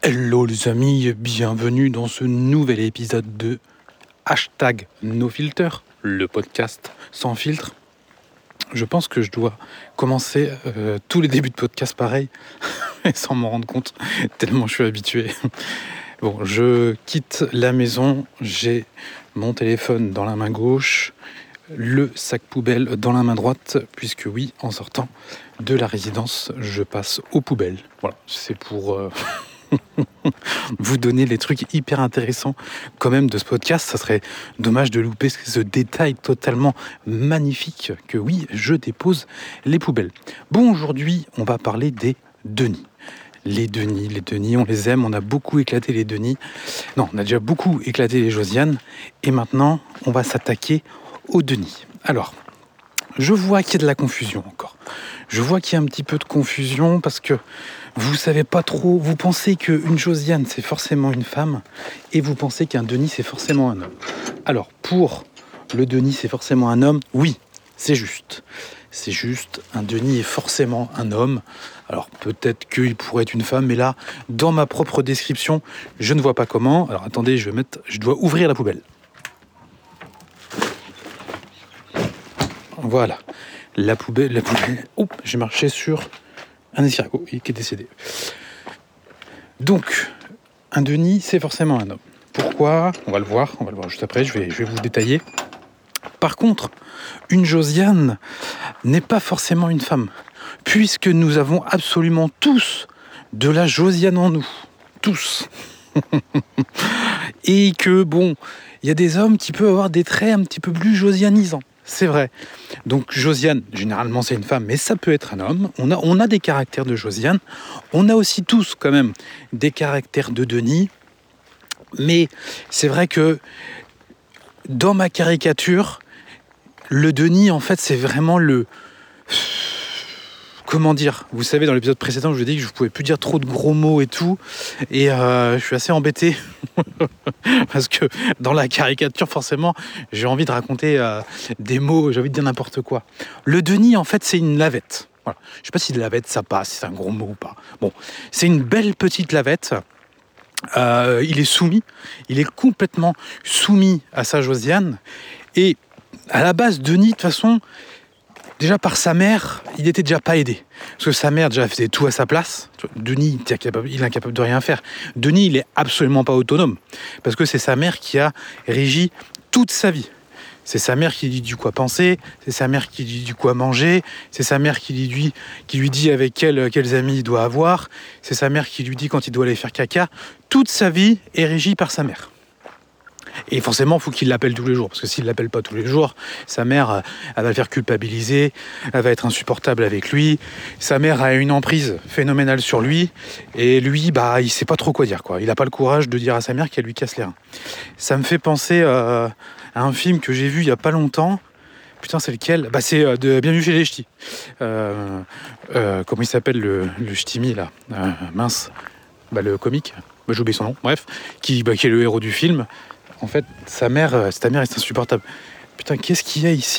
Hello les amis, bienvenue dans ce nouvel épisode de #NoFilter, le podcast sans filtre. Je pense que je dois commencer tous les débuts de podcast pareil, sans m'en rendre compte, tellement je suis habitué. Bon, je quitte la maison, j'ai mon téléphone dans la main gauche, le sac poubelle dans la main droite, puisque oui, en sortant de la résidence, je passe aux poubelles. Voilà, c'est pour... vous donner les trucs hyper intéressants quand même de ce podcast. Ça serait dommage de louper ce détail totalement magnifique que oui, je dépose les poubelles. Bon, aujourd'hui, on va parler des Denis. Les Denis, on les aime, on a beaucoup éclaté les Denis. Non, on a déjà beaucoup éclaté les Josiane. Et maintenant, on va s'attaquer aux Denis. Alors, je vois qu'il y a de la confusion encore. Je vois qu'il y a un petit peu de confusion parce que vous savez pas trop, vous pensez qu'une Josiane c'est forcément une femme et vous pensez qu'un Denis c'est forcément un homme. Alors pour le Denis c'est forcément un homme, oui, c'est juste. C'est juste, un Denis est forcément un homme. Alors peut-être qu'il pourrait être une femme, mais là, dans ma propre description, je ne vois pas comment. Alors attendez, je dois ouvrir la poubelle. Voilà, la poubelle. Oh, j'ai marché sur un escargot qui est décédé. Donc, un Denis, c'est forcément un homme. Pourquoi ? On va le voir juste après, je vais vous détailler. Par contre, une Josiane n'est pas forcément une femme, puisque nous avons absolument tous de la Josiane en nous. Tous. Et que, bon, il y a des hommes qui peuvent avoir des traits un petit peu plus josianisants. C'est vrai. Donc Josiane, généralement c'est une femme, mais ça peut être un homme. On a des caractères de Josiane. On a aussi tous quand même des caractères de Denis. Mais c'est vrai que dans ma caricature, le Denis en fait c'est vraiment le... Comment dire ? Vous savez, dans l'épisode précédent, je vous ai dit que je ne pouvais plus dire trop de gros mots et tout. Et je suis assez embêté. Parce que dans la caricature, forcément, j'ai envie de raconter des mots, j'ai envie de dire n'importe quoi. Le Denis, en fait, c'est une lavette. Voilà. Je ne sais pas si lavette, ça passe, si c'est un gros mot ou pas. Bon, c'est une belle petite lavette. Il est soumis. Il est complètement soumis à sa Josiane. Et à la base, Denis, de toute façon... Déjà par sa mère, il n'était déjà pas aidé. Parce que sa mère déjà faisait tout à sa place. Denis, il est incapable de rien faire. Denis, il est absolument pas autonome. Parce que c'est sa mère qui a régi toute sa vie. C'est sa mère qui lui dit du quoi penser, c'est sa mère qui lui dit du quoi manger, c'est sa mère qui lui dit avec quels amis il doit avoir, c'est sa mère qui lui dit quand il doit aller faire caca. Toute sa vie est régie par sa mère. Et forcément, il faut qu'il l'appelle tous les jours, parce que s'il ne l'appelle pas tous les jours, sa mère, elle va le faire culpabiliser, elle va être insupportable avec lui, sa mère a une emprise phénoménale sur lui, et lui, il ne sait pas trop quoi dire, quoi. Il n'a pas le courage de dire à sa mère qu'elle lui casse les reins. Ça me fait penser à un film que j'ai vu il n'y a pas longtemps. Putain, c'est lequel ? C'est de Bienvenue chez les Ch'tis. Comment il s'appelle le ch'timi, là ? Mince. Le comique. J'ai oublié son nom. Bref. Qui est le héros du film. En fait, sa mère est insupportable. Putain, qu'est-ce qu'il y a ici ?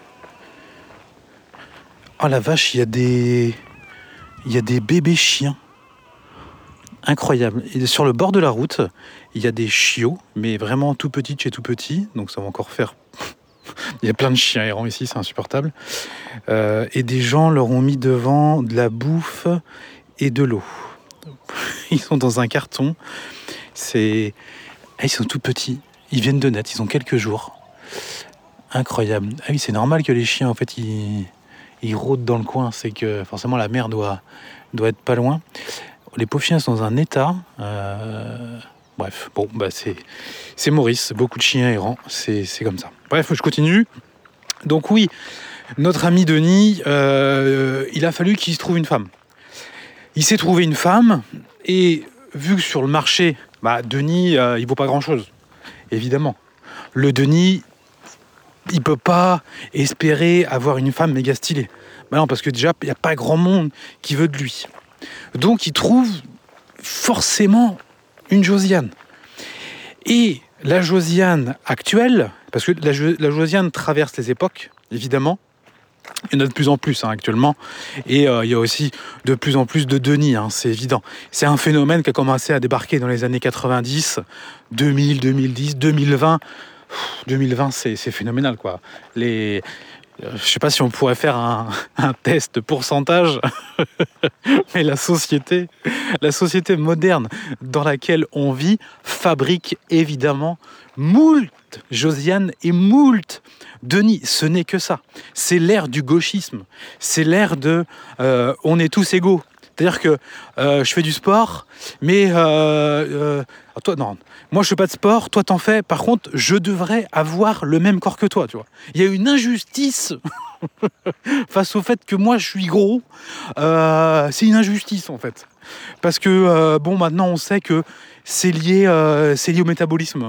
Oh la vache, il y a des bébés chiens. Incroyable. Et sur le bord de la route, il y a des chiots, mais vraiment tout petits de chez tout petit. Donc ça va encore faire... Il y a plein de chiens errants ici, c'est insupportable. Et des gens leur ont mis devant de la bouffe et de l'eau. Ils sont dans un carton. Ils sont tout petits, ils viennent de naître, ils ont quelques jours. Incroyable. Ah oui, c'est normal que les chiens, en fait, ils rôdent dans le coin. C'est que forcément la mère doit être pas loin. Les pauvres chiens sont dans un état. Bref, bon, c'est Maurice, beaucoup de chiens errants, c'est comme ça. Bref, je continue. Donc oui, notre ami Denis, il a fallu qu'il se trouve une femme. Il s'est trouvé une femme, et vu que sur le marché... Denis, il vaut pas grand-chose, évidemment. Le Denis, il peut pas espérer avoir une femme méga stylée. Non, parce que déjà, il n'y a pas grand monde qui veut de lui. Donc, il trouve forcément une Josiane. Et la Josiane actuelle, parce que la Josiane traverse les époques, évidemment, Il y en a de plus en plus actuellement. Et il y a aussi de plus en plus de Denis, c'est évident. C'est un phénomène qui a commencé à débarquer dans les années 90, 2000, 2010, 2020. 2020, c'est phénoménal, quoi. Je sais pas si on pourrait faire un test de pourcentage, mais la société moderne dans laquelle on vit fabrique évidemment moult Josiane et moult Denis. Ce n'est que ça. C'est l'ère du gauchisme. C'est l'ère de on est tous égaux. C'est-à-dire que je fais du sport, mais toi, non. Moi, je fais pas de sport, toi, t'en fais. Par contre, je devrais avoir le même corps que toi, tu vois. Il y a une injustice face au fait que moi, je suis gros. C'est une injustice, en fait. Parce que, maintenant, on sait que c'est lié au métabolisme.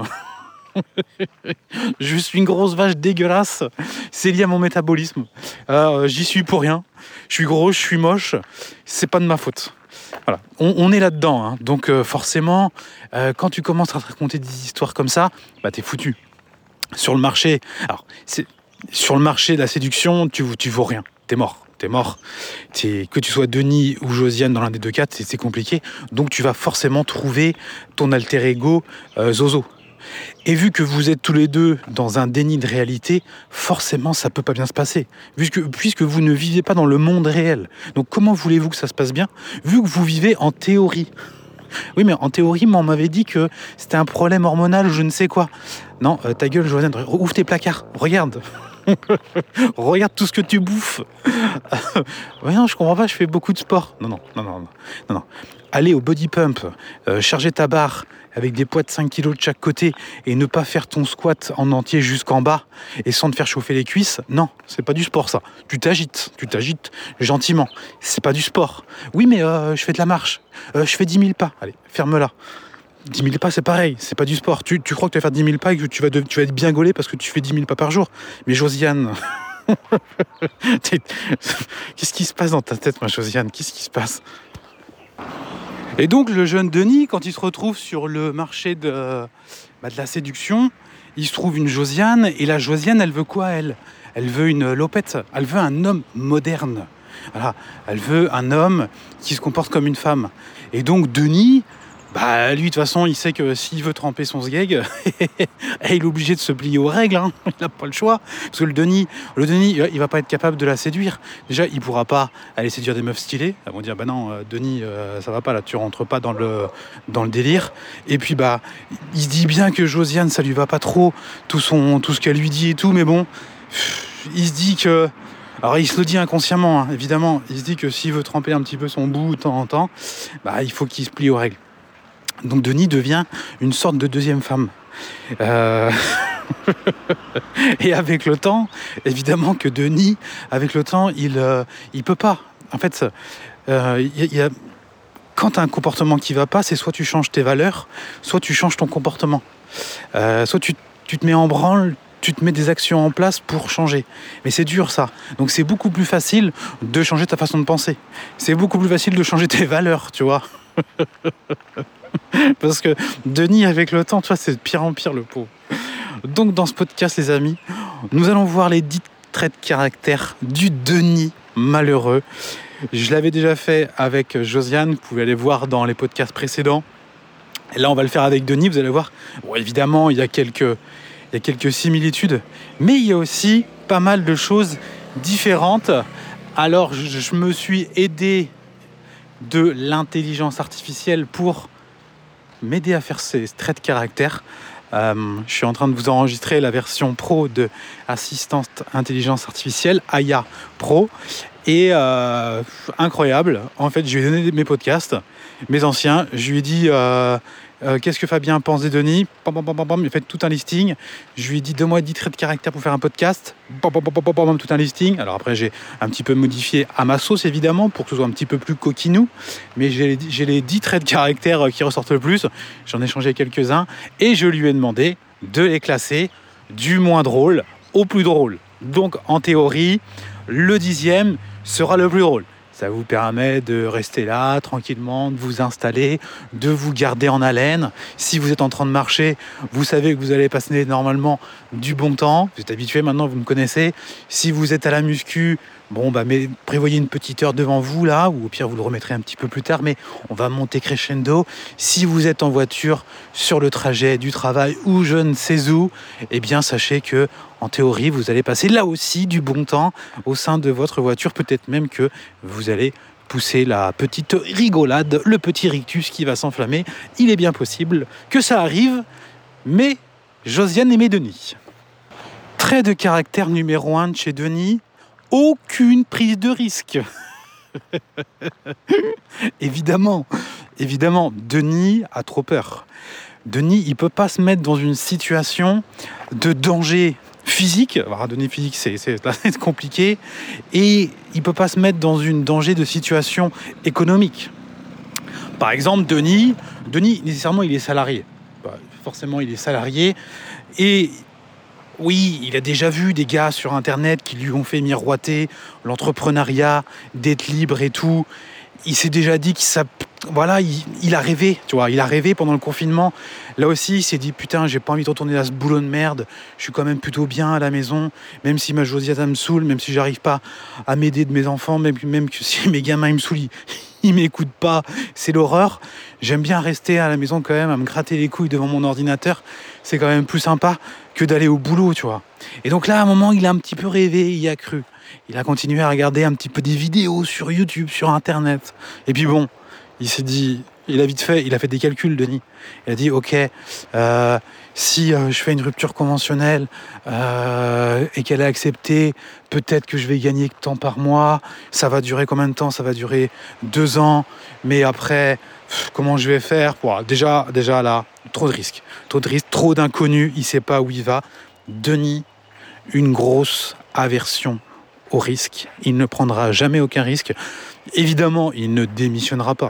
Je suis une grosse vache dégueulasse. C'est lié à mon métabolisme. J'y suis pour rien. Je suis gros, je suis moche. C'est pas de ma faute. Voilà. On est là-dedans. Donc forcément, quand tu commences à te raconter des histoires comme ça, t'es foutu. Sur le marché, sur le marché de la séduction, tu vaux rien. T'es mort. Que tu sois Denis ou Josiane, dans l'un des deux cas, c'est compliqué. Donc tu vas forcément trouver ton alter ego Zozo. Et vu que vous êtes tous les deux dans un déni de réalité, forcément ça peut pas bien se passer, puisque vous ne vivez pas dans le monde réel. Donc comment voulez-vous que ça se passe bien, vu que vous vivez en théorie? Oui, mais en théorie, on m'avait dit que c'était un problème hormonal ou je ne sais quoi. Non, ta gueule, Josiane, ouvre tes placards, regarde. Regarde tout ce que tu bouffes. Ouais, non, je comprends pas, je fais beaucoup de sport. Non. Aller au body pump, charger ta barre avec des poids de 5 kilos de chaque côté et ne pas faire ton squat en entier jusqu'en bas et sans te faire chauffer les cuisses, non, c'est pas du sport ça. Tu t'agites gentiment. C'est pas du sport. Oui, mais je fais de la marche. Je fais 10 000 pas. Allez, ferme-la. 10 000 pas, c'est pareil, c'est pas du sport. Tu crois que tu vas faire 10 000 pas et que tu vas être bien gaulé parce que tu fais 10 000 pas par jour. Mais Josiane, qu'est-ce qui se passe dans ta tête, ma Josiane? Qu'est-ce qui se passe? Et donc, le jeune Denis, quand il se retrouve sur le marché de la séduction, il se trouve une Josiane. Et la Josiane, elle veut quoi, elle? Elle veut une lopette. Elle veut un homme moderne. Voilà. Elle veut un homme qui se comporte comme une femme. Et donc, Denis... lui, de toute façon, il sait que s'il veut tremper son sgeg, il est obligé de se plier aux règles. Il n'a pas le choix. Parce que le Denis, il va pas être capable de la séduire. Déjà, il pourra pas aller séduire des meufs stylées. Elles vont dire, non, Denis, ça va pas, là, tu rentres pas dans le délire. Et puis, il se dit bien que Josiane, ça lui va pas trop, tout ce qu'elle lui dit et tout, mais bon, il se dit que... Alors, il se le dit inconsciemment, évidemment. Il se dit que s'il veut tremper un petit peu son bout de temps en temps, il faut qu'il se plie aux règles. Donc Denis devient une sorte de deuxième femme. Et avec le temps, évidemment que Denis, avec le temps, il peut pas. En fait, quand tu as un comportement qui va pas, c'est soit tu changes tes valeurs, soit tu changes ton comportement. Soit tu te mets en branle, tu te mets des actions en place pour changer. Mais c'est dur, ça. Donc c'est beaucoup plus facile de changer ta façon de penser. C'est beaucoup plus facile de changer tes valeurs, tu vois. Parce que Denis, avec le temps, tu vois, c'est de pire en pire, le pauvre. Donc dans ce podcast, les amis, nous allons voir les 10 traits de caractère du Denis malheureux. Je l'avais déjà fait avec Josiane, vous pouvez aller voir dans les podcasts précédents. Et là, on va le faire avec Denis, vous allez voir. Bon, évidemment, il y a quelques similitudes, mais il y a aussi pas mal de choses différentes. Alors, je me suis aidé de l'intelligence artificielle pour m'aider à faire ces traits de caractère. Je suis en train de vous enregistrer la version pro de Assistante Intelligence Artificielle, Aya Pro, et incroyable. En fait, je lui ai donné mes podcasts, mes anciens. Je lui ai dit qu'est-ce que Fabien pense des Denis. Il a fait tout un listing. Je lui ai dit 2 mois 10 traits de caractère pour faire un podcast. Tout un listing. Alors après, j'ai un petit peu modifié à ma sauce, évidemment, pour que ce soit un petit peu plus coquinou. Mais j'ai les 10 traits de caractère qui ressortent le plus. J'en ai changé quelques-uns. Et je lui ai demandé de les classer du moins drôle au plus drôle. Donc, en théorie, le 10e sera le plus drôle. Ça vous permet de rester là, tranquillement, de vous installer, de vous garder en haleine. Si vous êtes en train de marcher, vous savez que vous allez passer normalement du bon temps. Vous êtes habitué maintenant, vous me connaissez. Si vous êtes à la muscu, Bon, mais prévoyez une petite heure devant vous, là, ou au pire, vous le remettrez un petit peu plus tard, mais on va monter crescendo. Si vous êtes en voiture, sur le trajet du travail ou je ne sais où, eh bien, sachez que, en théorie, vous allez passer là aussi du bon temps au sein de votre voiture. Peut-être même que vous allez pousser la petite rigolade, le petit rictus qui va s'enflammer. Il est bien possible que ça arrive, mais Josiane aimait Denis. Trait de caractère numéro 1 de chez Denis, aucune prise de risque. Évidemment, Denis a trop peur. Denis, il peut pas se mettre dans une situation de danger physique. Alors, donner physique, c'est compliqué. Et il peut pas se mettre dans une danger de situation économique. Par exemple, Denis, nécessairement, il est salarié. Forcément, il est salarié. Et oui, il a déjà vu des gars sur Internet qui lui ont fait miroiter l'entrepreneuriat, d'être libre et tout. Il s'est déjà dit il a rêvé, tu vois. Il a rêvé pendant le confinement. Là aussi, il s'est dit, putain, j'ai pas envie de retourner à ce boulot de merde. Je suis quand même plutôt bien à la maison, même si ma Josiane me saoule, même si j'arrive pas à m'aider de mes enfants, même que si mes gamins ils me saoulent, ils m'écoutent pas, c'est l'horreur. J'aime bien rester à la maison quand même, à me gratter les couilles devant mon ordinateur. C'est quand même plus sympa que d'aller au boulot, tu vois. Et donc là, à un moment, il a un petit peu rêvé, il y a cru. Il a continué à regarder un petit peu des vidéos sur YouTube, sur Internet. Et puis bon, il s'est dit, il a fait des calculs, Denis. Il a dit, ok, si je fais une rupture conventionnelle et qu'elle a accepté, peut-être que je vais gagner tant par mois. Ça va durer combien de temps? Ça va durer 2 ans. Mais après, comment je vais faire? Déjà là, trop de risques, trop d'inconnus. Il ne sait pas où il va. Denis, une grosse aversion au risque. Il ne prendra jamais aucun risque. Évidemment, il ne démissionnera pas.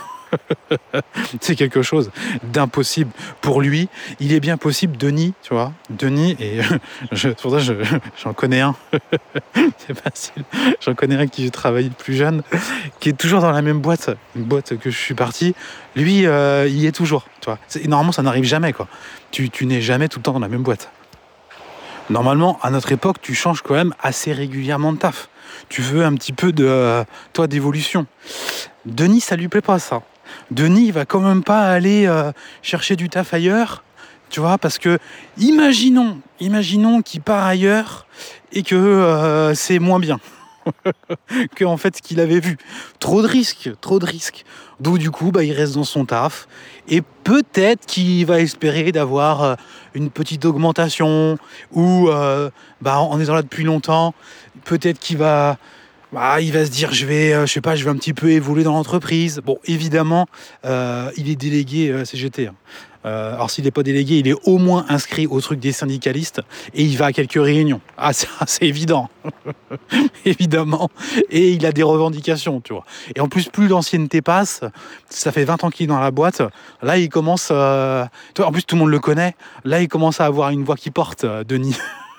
C'est quelque chose d'impossible pour lui. Il est bien possible, Denis, tu vois. Denis, et pour ça, j'en connais un. C'est facile. J'en connais un qui travaille plus jeune, qui est toujours dans la même boîte, une boîte que je suis parti. Lui, il y est toujours, tu vois. Normalement, ça n'arrive jamais, quoi. Tu n'es jamais tout le temps dans la même boîte. Normalement, à notre époque, tu changes quand même assez régulièrement de taf. Tu veux un petit peu d'évolution. Denis, ça lui plaît pas, ça. Denis, il va quand même pas aller chercher du taf ailleurs, tu vois, parce que imaginons qu'il part ailleurs et que c'est moins bien que en fait ce qu'il avait vu. Trop de risques. Donc du coup, il reste dans son taf et peut-être qu'il va espérer d'avoir une petite augmentation ou en étant là depuis longtemps, peut-être qu'il va il va se dire je vais un petit peu évoluer dans l'entreprise. Bon, évidemment, il est délégué CGT. Alors s'il n'est pas délégué, il est au moins inscrit au truc des syndicalistes et il va à quelques réunions. Ah, c'est évident. Évidemment. Et il a des revendications, tu vois. Et en plus l'ancienneté passe, ça fait 20 ans qu'il est dans la boîte. Là, il commence... en plus, tout le monde le connaît. Là, il commence à avoir une voix qui porte, Denis.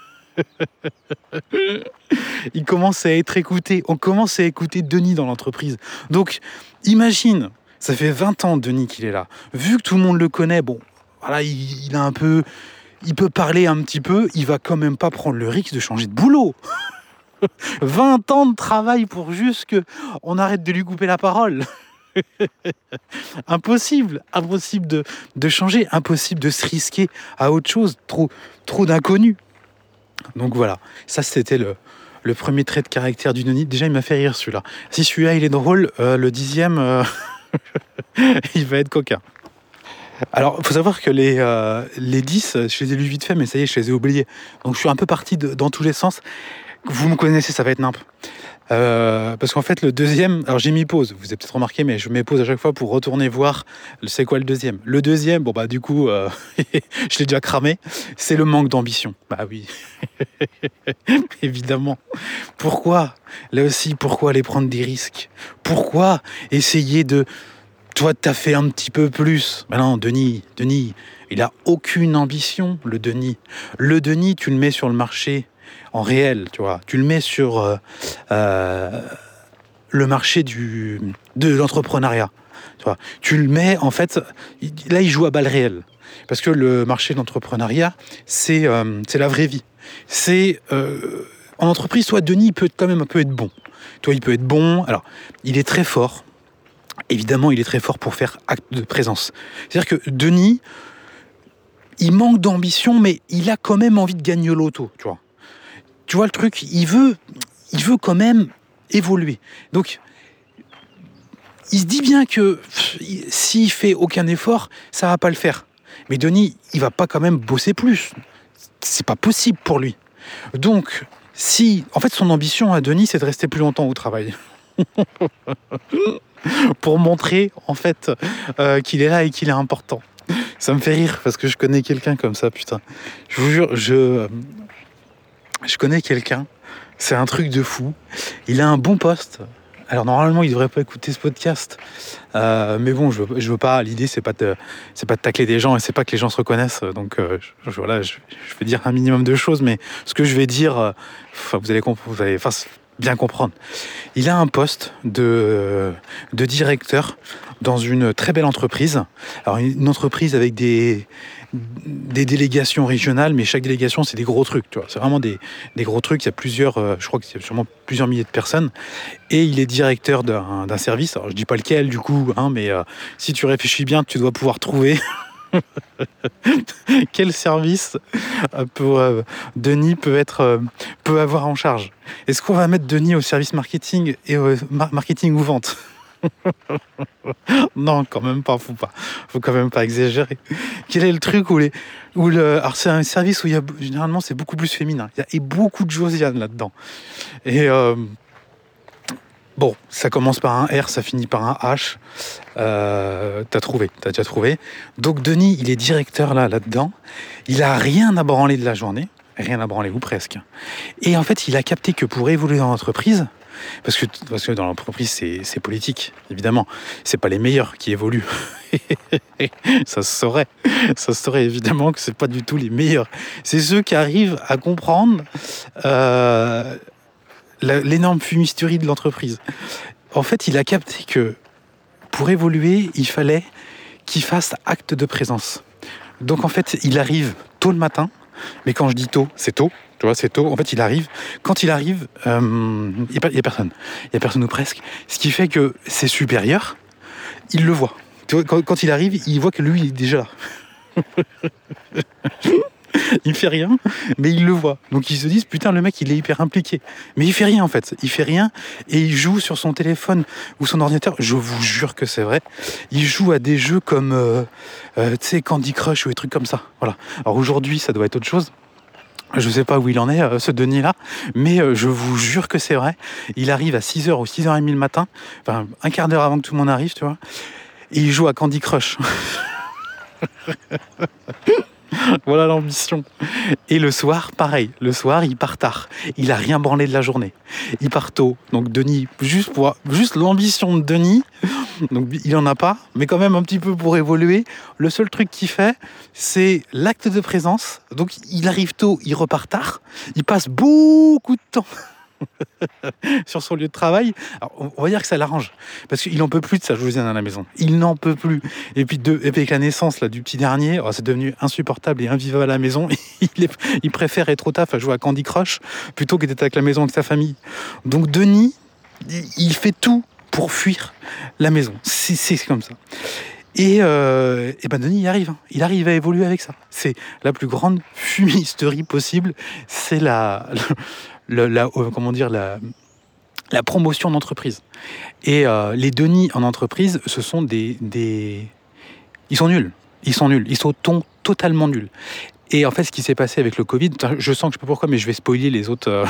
Il commence à être écouté. On commence à écouter Denis dans l'entreprise. Donc, imagine, ça fait 20 ans, Denis, qu'il est là. Vu que tout le monde le connaît, il a un peu... Il peut parler un petit peu, il va quand même pas prendre le risque de changer de boulot. 20 ans de travail pour juste qu'on arrête de lui couper la parole. Impossible de changer, impossible de se risquer à autre chose, trop d'inconnus. Donc voilà, ça c'était le premier trait de caractère du Denis. Déjà, il m'a fait rire celui-là. Si celui-là, il est drôle, le 10e, il va être coquin. Alors, il faut savoir que les 10, je les ai lus vite fait, mais ça y est, je les ai oubliés. Donc, je suis un peu parti dans tous les sens. Vous me connaissez, ça va être nimp. Parce qu'en fait, le deuxième... Alors, j'ai mis pause, vous avez peut-être remarqué, mais je mets pause à chaque fois pour retourner voir c'est quoi le deuxième. Le deuxième, du coup, je l'ai déjà cramé, c'est le manque d'ambition. Bah oui, évidemment. Pourquoi? Là aussi, pourquoi aller prendre des risques? Pourquoi essayer de taffer un petit peu plus? Ben non, Denis, il a aucune ambition, le Denis. Le Denis, tu le mets sur le marché en réel, tu vois. Tu le mets sur le marché de l'entrepreneuriat. Tu vois. Tu le mets, en fait, là, il joue à balles réelles. Parce que le marché de l'entrepreneuriat, c'est la vraie vie. C'est en entreprise, toi, Denis, il peut quand même un peu être bon. Toi, il peut être bon. Alors, il est très fort. Évidemment, il est très fort pour faire acte de présence. C'est-à-dire que Denis, il manque d'ambition, mais il a quand même envie de gagner au loto, tu vois. Tu vois le truc, il veut quand même évoluer. Donc, il se dit bien que s'il fait aucun effort, ça va pas le faire. Mais Denis, il va pas quand même bosser plus. C'est pas possible pour lui. Donc, en fait, son ambition à Denis, c'est de rester plus longtemps au travail. Pour montrer, en fait, qu'il est là et qu'il est important. Ça me fait rire, parce que je connais quelqu'un comme ça, putain. Je vous jure, je connais quelqu'un, c'est un truc de fou. Il a un bon poste. Alors normalement, il devrait pas écouter ce podcast, mais bon, je veux pas. L'idée, c'est pas de tacler des gens et c'est pas que les gens se reconnaissent. Donc voilà, je vais dire un minimum de choses, mais ce que je vais dire, vous allez bien comprendre. Il a un poste de directeur dans une très belle entreprise. Alors une entreprise avec des délégations régionales, mais chaque délégation, c'est des gros trucs. Tu vois. C'est vraiment des gros trucs. Il y a plusieurs, je crois qu'il y a sûrement plusieurs milliers de personnes. Et il est directeur d'un service. Alors je dis pas lequel du coup, hein, mais si tu réfléchis bien, tu dois pouvoir trouver quel service Denis peut avoir en charge. Est-ce qu'on va mettre Denis au service marketing et marketing ou vente? Non, quand même pas, faut quand même pas exagérer. Quel est le truc alors c'est un service où généralement c'est beaucoup plus féminin. Il y a beaucoup de Josiane là-dedans. Et bon, ça commence par un R, ça finit par un H. T'as déjà trouvé. Donc Denis, il est directeur là-dedans. Il a rien à branler de la journée. Rien à branler, ou presque. Et en fait, il a capté que pour évoluer dans l'entreprise, parce que dans l'entreprise, c'est politique, évidemment. C'est pas les meilleurs qui évoluent. Ça se saurait évidemment que c'est pas du tout les meilleurs. C'est ceux qui arrivent à comprendre l'énorme fumisterie de l'entreprise. En fait, il a capté que pour évoluer, il fallait qu'il fasse acte de présence. Donc en fait, il arrive tôt le matin, mais quand je dis tôt, c'est tôt. Tu vois, c'est tôt. En fait, il arrive. Quand il arrive, il y a personne. Il y a personne ou presque. Ce qui fait que ses supérieurs, il le voit. Tu vois, quand il arrive, il voit que lui, il est déjà là. Il fait rien, mais il le voit. Donc ils se disent, putain, le mec, il est hyper impliqué. Mais il fait rien, en fait. Il fait rien et il joue sur son téléphone ou son ordinateur. Je vous jure que c'est vrai. Il joue à des jeux comme, tu sais, Candy Crush ou des trucs comme ça. Voilà. Alors aujourd'hui, ça doit être autre chose. Je sais pas où il en est, ce Denis-là, mais je vous jure que c'est vrai. Il arrive à 6h ou 6h30 le matin, enfin un quart d'heure avant que tout le monde arrive, tu vois, et il joue à Candy Crush. Voilà l'ambition. Et le soir, pareil. Le soir, il part tard. Il a rien branlé de la journée. Il part tôt. Donc Denis, juste l'ambition de Denis, donc il en a pas, mais quand même un petit peu pour évoluer. Le seul truc qu'il fait, c'est l'acte de présence. Donc il arrive tôt, il repart tard. Il passe beaucoup de temps sur son lieu de travail. Alors, on va dire que ça l'arrange, parce qu'il n'en peut plus de sa Josiane à la maison. Il n'en peut plus. Et puis avec la naissance là, du petit dernier, c'est devenu insupportable et invivable à la maison. Il préfère être au taf à jouer à Candy Crush plutôt que d'être avec la maison avec sa famille. Donc Denis, il fait tout pour fuir la maison. C'est comme ça. Et ben Denis, il arrive. Il arrive à évoluer avec ça. C'est la plus grande fumisterie possible. C'est comment dire, la promotion d'entreprise. Et les Denis en entreprise, ce sont ils sont nuls. Ils sont totalement nuls. Et en fait, ce qui s'est passé avec le Covid, je sens que je sais pas pourquoi, mais je vais spoiler les autres,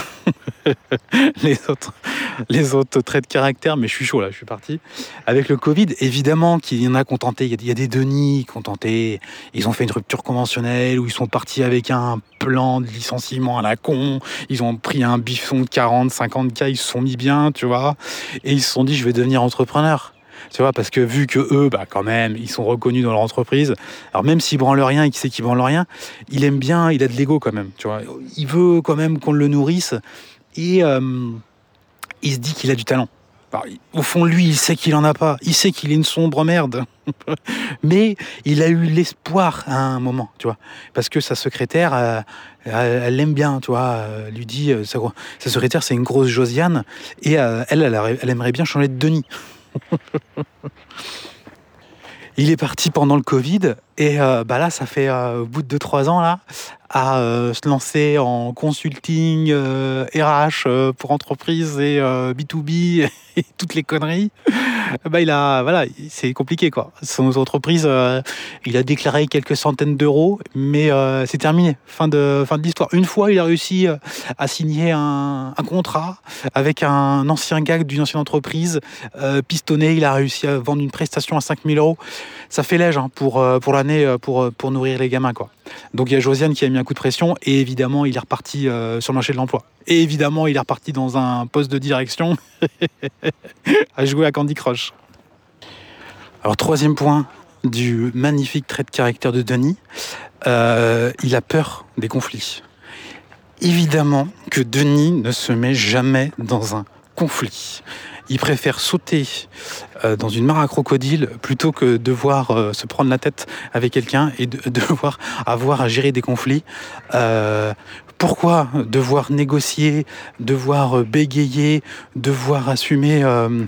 les autres traits de caractère, mais je suis chaud là, je suis parti. Avec le Covid, évidemment qu'il y en a qui ont tenté, il y a des Denis qui ont tenté, ils ont fait une rupture conventionnelle, où ils sont partis avec un plan de licenciement à la con, ils ont pris un bifton de 40, 50K, ils se sont mis bien, tu vois, et ils se sont dit, je vais devenir entrepreneur. Tu vois, parce que vu que eux, quand même, ils sont reconnus dans leur entreprise. Alors même s'ils branlent rien et qui sait qu'ils branlent rien, il aime bien, il a de l'ego quand même. Tu vois, il veut quand même qu'on le nourrisse et il se dit qu'il a du talent. Alors, au fond, lui, il sait qu'il en a pas. Il sait qu'il est une sombre merde. Mais il a eu l'espoir à un moment, tu vois. Parce que sa secrétaire, elle l'aime bien, tu vois. Elle lui dit, sa secrétaire, c'est une grosse Josiane. Et elle aimerait bien changer de Denis. Il est parti pendant le Covid. Et là, ça fait au bout de 2-3 ans, là, à se lancer en consulting RH pour entreprises et B2B et toutes les conneries. C'est compliqué, quoi. Son entreprise, il a déclaré quelques centaines d'euros, mais c'est terminé. Fin de l'histoire. Une fois, il a réussi à signer un contrat avec un ancien gars d'une ancienne entreprise. Pistonné, il a réussi à vendre une prestation à 5 000 euros. Ça fait léger pour l'année, pour nourrir les gamins, quoi. Donc il y a Josiane qui a mis un coup de pression et évidemment il est reparti sur le marché de l'emploi. Et évidemment il est reparti dans un poste de direction à jouer à Candy Crush. Alors 3e point du magnifique trait de caractère de Denis, il a peur des conflits. Évidemment que Denis ne se met jamais dans un conflit. Il préfère sauter dans une mare à crocodile plutôt que devoir se prendre la tête avec quelqu'un et devoir avoir à gérer des conflits. Pourquoi devoir négocier, devoir bégayer, devoir assumer,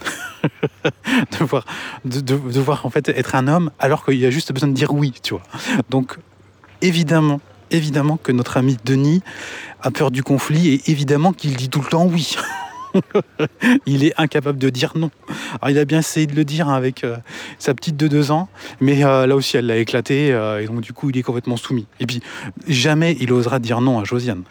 devoir en fait être un homme alors qu'il a juste besoin de dire oui, tu vois. Donc évidemment que notre ami Denis a peur du conflit et évidemment qu'il dit tout le temps oui. Il est incapable de dire non. Alors il a bien essayé de le dire avec sa petite de 2 ans, mais là aussi elle l'a éclaté et donc du coup il est complètement soumis. Et puis jamais il osera dire non à Josiane.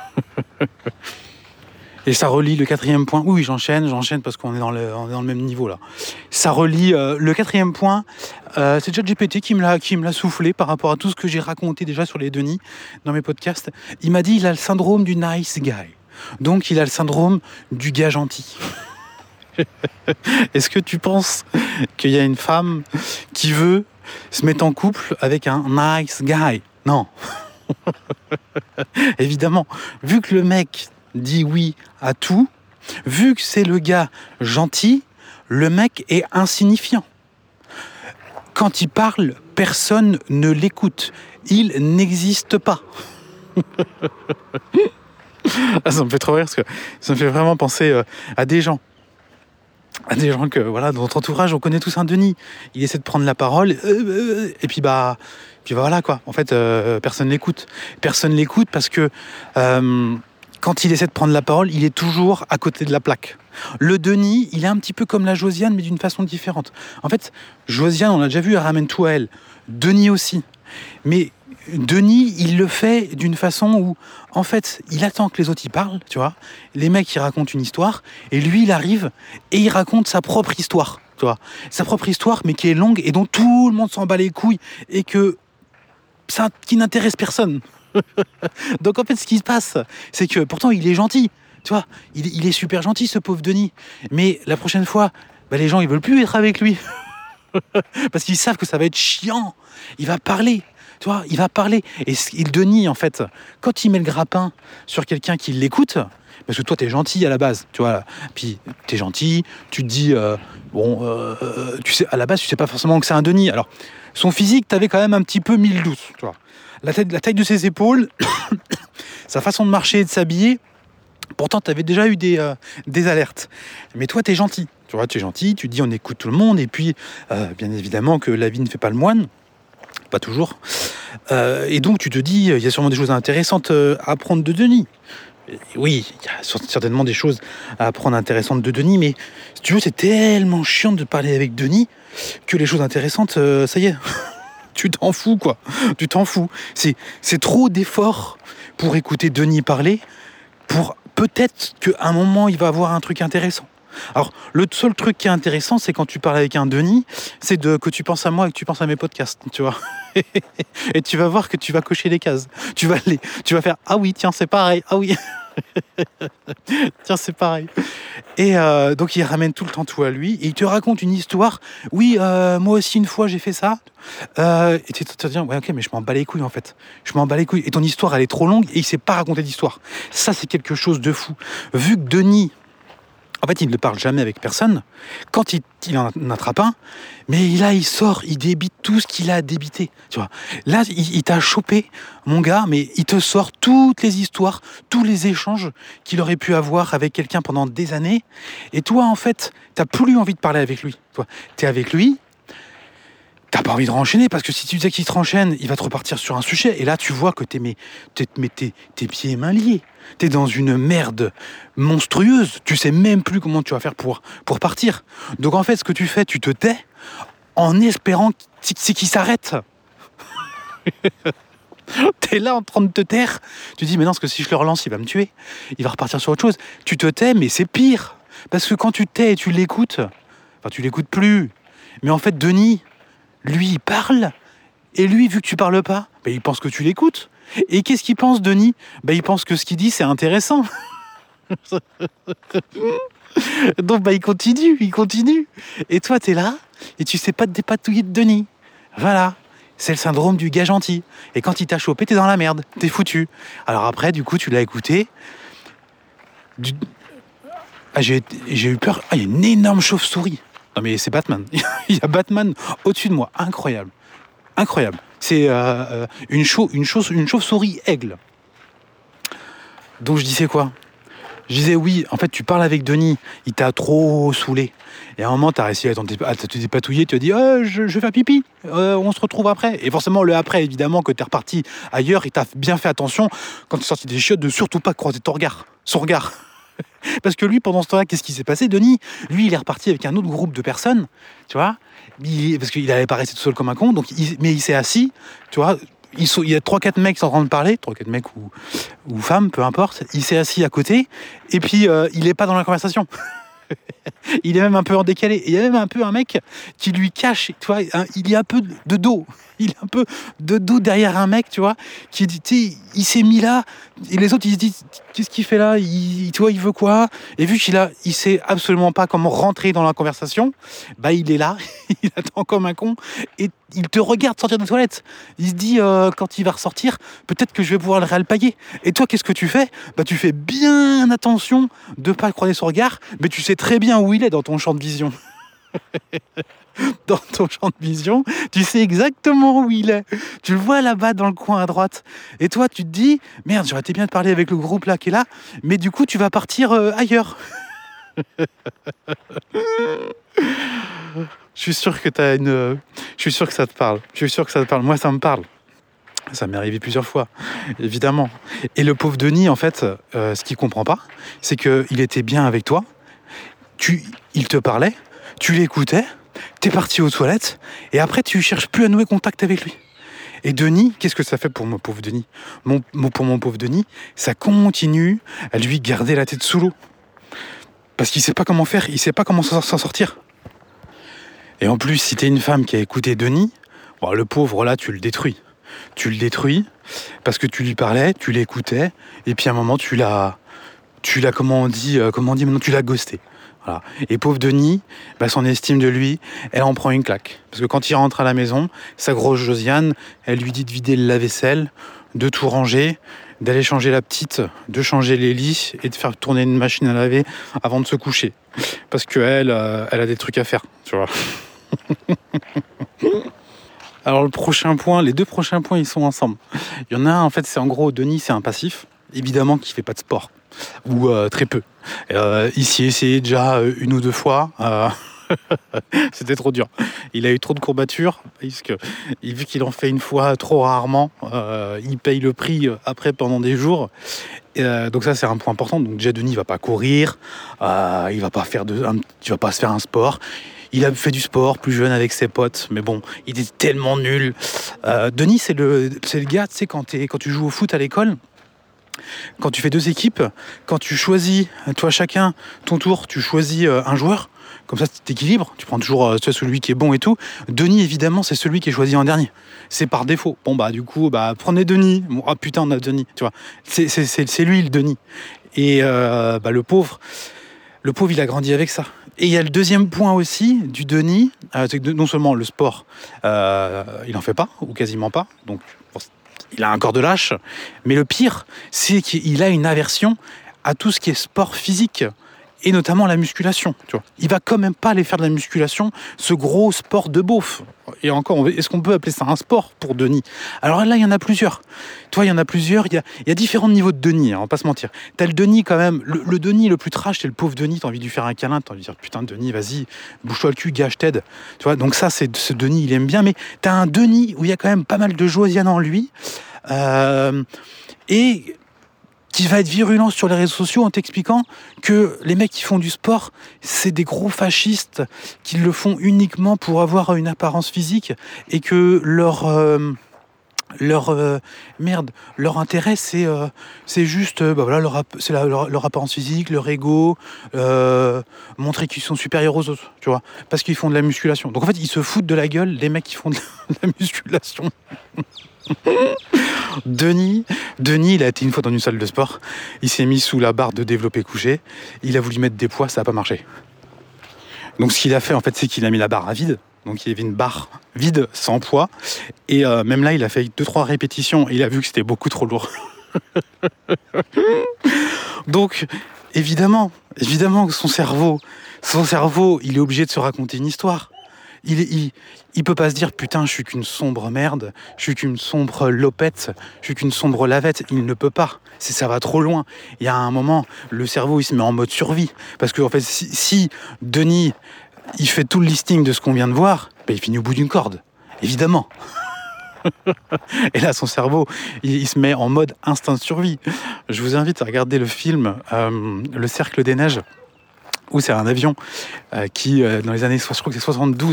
Et ça relie le 4e point. Oui, j'enchaîne parce qu'on est dans le même niveau là. Ça relie le 4e point. C'est ChatGPT qui me l'a soufflé par rapport à tout ce que j'ai raconté déjà sur les Denis dans mes podcasts. Il m'a dit il a le syndrome du nice guy. Donc il a le syndrome du gars gentil. Est-ce que tu penses qu'il y a une femme qui veut se mettre en couple avec un nice guy? Non. Évidemment, vu que le mec dit oui à tout, vu que c'est le gars gentil, le mec est insignifiant. Quand il parle, personne ne l'écoute. Il n'existe pas. Ça me fait trop rire parce que ça me fait vraiment penser à des gens que voilà, dans notre entourage on connaît tous un Denis. Il essaie de prendre la parole et puis voilà quoi. En fait, personne l'écoute parce que quand il essaie de prendre la parole, il est toujours à côté de la plaque. Le Denis, il est un petit peu comme la Josiane, mais d'une façon différente. En fait, Josiane, on l'a déjà vu, elle ramène tout à elle. Denis aussi. Mais Denis, il le fait d'une façon où, en fait, il attend que les autres y parlent, tu vois. Les mecs, ils racontent une histoire, et lui, il arrive et il raconte sa propre histoire, tu vois. Sa propre histoire, mais qui est longue et dont tout le monde s'en bat les couilles et qui n'intéresse personne. Donc, en fait, ce qui se passe, c'est que pourtant, il est gentil, tu vois. Il est super gentil, ce pauvre Denis. Mais la prochaine fois, les gens, ils veulent plus être avec lui. Parce qu'ils savent que ça va être chiant. Il va parler. Tu vois, il va parler. Et Denis, en fait, quand il met le grappin sur quelqu'un qui l'écoute, parce que toi, t'es gentil à la base, tu vois, puis t'es gentil, tu te dis, tu sais, à la base, tu sais pas forcément que c'est un Denis. Alors, son physique, t'avais quand même un petit peu mis le doute, tu vois. La taille de ses épaules, sa façon de marcher et de s'habiller, pourtant, t'avais déjà eu des alertes. Mais toi, t'es gentil. Tu vois, tu es gentil, tu dis on écoute tout le monde, et puis, bien évidemment, que la vie ne fait pas le moine. Pas toujours. Et donc tu te dis, il y a sûrement des choses intéressantes à apprendre de Denis. Et oui, il y a certainement des choses à apprendre intéressantes de Denis, mais si tu veux, c'est tellement chiant de parler avec Denis que les choses intéressantes, ça y est, tu t'en fous, quoi. Tu t'en fous. C'est trop d'efforts pour écouter Denis parler, pour peut-être qu'à un moment, il va avoir un truc intéressant. Alors, le seul truc qui est intéressant, c'est quand tu parles avec un Denis, c'est que tu penses à moi et que tu penses à mes podcasts, tu vois. Et tu vas voir que tu vas cocher les cases. Tu vas faire « Ah oui, tiens, c'est pareil. Ah oui. Tiens, c'est pareil. » Et donc, il ramène tout le temps tout à lui. Et il te raconte une histoire. « Oui, moi aussi, une fois, j'ai fait ça. » Et tu te dis « Ouais, ok, mais je m'en bats les couilles, en fait. Je m'en bats les couilles. Et ton histoire, elle est trop longue et il sait pas raconter d'histoire. » Ça, c'est quelque chose de fou. Vu que Denis... En fait, il ne parle jamais avec personne. Quand il en attrape un, mais là, il sort, il débite tout ce qu'il a débité. Tu vois. Là, il t'a chopé, mon gars, mais il te sort toutes les histoires, tous les échanges qu'il aurait pu avoir avec quelqu'un pendant des années. Et toi, en fait, t'as plus envie de parler avec lui. Toi, t'es avec lui, t'as pas envie de renchaîner, parce que si tu sais qu'il te renchaîne, il va te repartir sur un sujet. Et là, tu vois que tes pieds et mains liés. T'es dans une merde monstrueuse. Tu sais même plus comment tu vas faire pour partir. Donc en fait, ce que tu fais, tu te tais en espérant qu'il s'arrête. T'es là en train de te taire. Tu dis, mais non, parce que si je le relance, il va me tuer. Il va repartir sur autre chose. Tu te tais, mais c'est pire. Parce que quand tu te tais et tu l'écoutes, enfin, tu l'écoutes plus. Mais en fait, Denis, lui, il parle. Et lui, vu que tu parles pas, il pense que tu l'écoutes. Et qu'est-ce qu'il pense, Denis ? Il pense que ce qu'il dit, c'est intéressant. Donc, il continue. Et toi, t'es là, et tu sais pas te dépatouiller de Denis. Voilà. C'est le syndrome du gars gentil. Et quand il t'a chopé, t'es dans la merde. T'es foutu. Alors après, du coup, tu l'as écouté. J'ai eu peur. Il y a une énorme chauve-souris. Non, mais c'est Batman. Il y a Batman au-dessus de moi. Incroyable. C'est une chauve-souris aigle. Donc je disais quoi ? Je disais oui, en fait tu parles avec Denis, il t'a trop saoulé. Et à un moment t'as réussi à te dépatouiller, tu as dit je vais faire pipi, on se retrouve après. Et forcément le après, évidemment que t'es reparti ailleurs, il t'a bien fait attention quand tu es sorti des chiottes de surtout pas croiser son regard. Parce que lui, pendant ce temps-là, qu'est-ce qui s'est passé ? Denis, lui, il est reparti avec un autre groupe de personnes, tu vois, parce qu'il n'allait pas rester tout seul comme un con, mais il s'est assis, tu vois, il y a 3-4 mecs qui sont en train de parler, 3-4 mecs ou femmes, peu importe, il s'est assis à côté, et puis il n'est pas dans la conversation. Il est même un peu en décalé. Et il y a même un peu un mec qui lui cache, tu vois, il y a un peu de dos. Il est un peu de dos derrière un mec, tu vois, qui dit, tu sais, il s'est mis là, et les autres, ils se disent, qu'est-ce qu'il fait là ? Tu vois, il veut quoi ? Et vu il sait absolument pas comment rentrer dans la conversation, il est là, il attend comme un con, et il te regarde sortir des toilettes. Il se dit, quand il va ressortir, peut-être que je vais pouvoir le réalpaguer. Et toi, qu'est-ce que tu fais ? Tu fais bien attention de pas croiser son regard, mais tu sais très bien où il est dans ton champ de vision. Dans ton champ de vision, tu sais exactement où il est. Tu le vois là-bas dans le coin à droite. Et toi, tu te dis, merde, j'aurais été bien de parler avec le groupe là qui est là, mais du coup, tu vas partir ailleurs. Je suis sûr que je suis sûr que ça te parle. Moi, ça me parle. Ça m'est arrivé plusieurs fois, évidemment. Et le pauvre Denis, en fait, ce qu'il comprend pas, c'est qu'il était bien avec toi. Il te parlait, tu l'écoutais, t'es parti aux toilettes, et après, tu cherches plus à nouer contact avec lui. Et Denis, qu'est-ce que ça fait pour mon pauvre Denis ? Pour mon pauvre Denis, ça continue à lui garder la tête sous l'eau. Parce qu'il sait pas comment faire, il sait pas comment s'en sortir. Et en plus, si t'es une femme qui a écouté Denis, le pauvre, là, tu le détruis. Tu le détruis parce que tu lui parlais, tu l'écoutais, et puis à un moment, tu l'as comment on dit maintenant, tu l'as ghosté. Voilà. Et pauvre Denis, son estime de lui, elle en prend une claque. Parce que quand il rentre à la maison, sa grosse Josiane, elle lui dit de vider le lave-vaisselle, de tout ranger, d'aller changer la petite, de changer les lits et de faire tourner une machine à laver avant de se coucher. Parce qu'elle, elle a des trucs à faire, tu vois. Alors les deux prochains points, ils sont ensemble. Il y en a un, en fait, c'est en gros, Denis, c'est un passif. Évidemment qu'il fait pas de sport. Ou très peu. Il s'y a essayé déjà une ou deux fois. C'était trop dur. Il a eu trop de courbatures. Vu qu'il en fait une fois trop rarement, il paye le prix après pendant des jours. Donc ça, c'est un point important. Donc déjà, Denis, il va pas courir. Il va pas se faire un sport. Il a fait du sport plus jeune avec ses potes, mais bon, il est tellement nul. Denis, c'est le gars, tu sais, quand tu joues au foot à l'école, quand tu fais deux équipes, quand tu choisis, toi chacun, ton tour, tu choisis un joueur, comme ça tu t'équilibres, tu prends toujours celui qui est bon et tout. Denis, évidemment, c'est celui qui est choisi en dernier. C'est par défaut. Bon, du coup, prenez Denis. Bon, putain, on a Denis, tu vois. C'est lui, le Denis. Et le pauvre, il a grandi avec ça. Et il y a le deuxième point aussi du Denis, c'est que non seulement le sport, il en fait pas, ou quasiment pas, donc il a un corps de lâche, mais le pire, c'est qu'il a une aversion à tout ce qui est sport physique. et notamment la musculation. Tu vois. Il va quand même pas aller faire de la musculation, ce gros sport de beauf. Et encore, est-ce qu'on peut appeler ça un sport pour Denis? Alors là, il y en a plusieurs. Toi, il y en a plusieurs. Il y a différents niveaux de Denis, hein, on va pas se mentir. T'as le Denis quand même, le Denis le plus trash, c'est le pauvre Denis. T'as envie de lui faire un câlin, t'as envie de dire putain Denis, vas-y, bouge-toi le cul, gars, je t'aide. Tu vois, donc ça, c'est ce Denis, il aime bien. Mais t'as un Denis où il y a quand même pas mal de Josiane en lui, et qui va être virulent sur les réseaux sociaux en t'expliquant que les mecs qui font du sport, c'est des gros fascistes qui le font uniquement pour avoir une apparence physique et que leur intérêt c'est juste leur apparence physique, leur ego, montrer qu'ils sont supérieurs aux autres, tu vois, parce qu'ils font de la musculation. Donc en fait ils se foutent de la gueule les mecs qui font de la musculation. Denis, il a été une fois dans une salle de sport, il s'est mis sous la barre de développé couché, il a voulu mettre des poids, ça n'a pas marché. Donc ce qu'il a fait en fait, c'est qu'il a mis la barre à vide. Donc il y avait une barre vide, sans poids, et même là il a fait 2-3 répétitions et il a vu que c'était beaucoup trop lourd. Donc évidemment que son cerveau, il est obligé de se raconter une histoire. Il peut pas se dire putain je suis qu'une sombre merde, je suis qu'une sombre lopette, je suis qu'une sombre lavette. Il ne peut pas, ça va trop loin. Il y a un moment, le cerveau il se met en mode survie, parce que en fait si Denis il fait tout le listing de ce qu'on vient de voir, ben, il finit au bout d'une corde, évidemment. Et là son cerveau il se met en mode instinct de survie. Je vous invite à regarder le film Le Cercle des Neiges, où c'est un avion qui, dans les années, je crois que c'est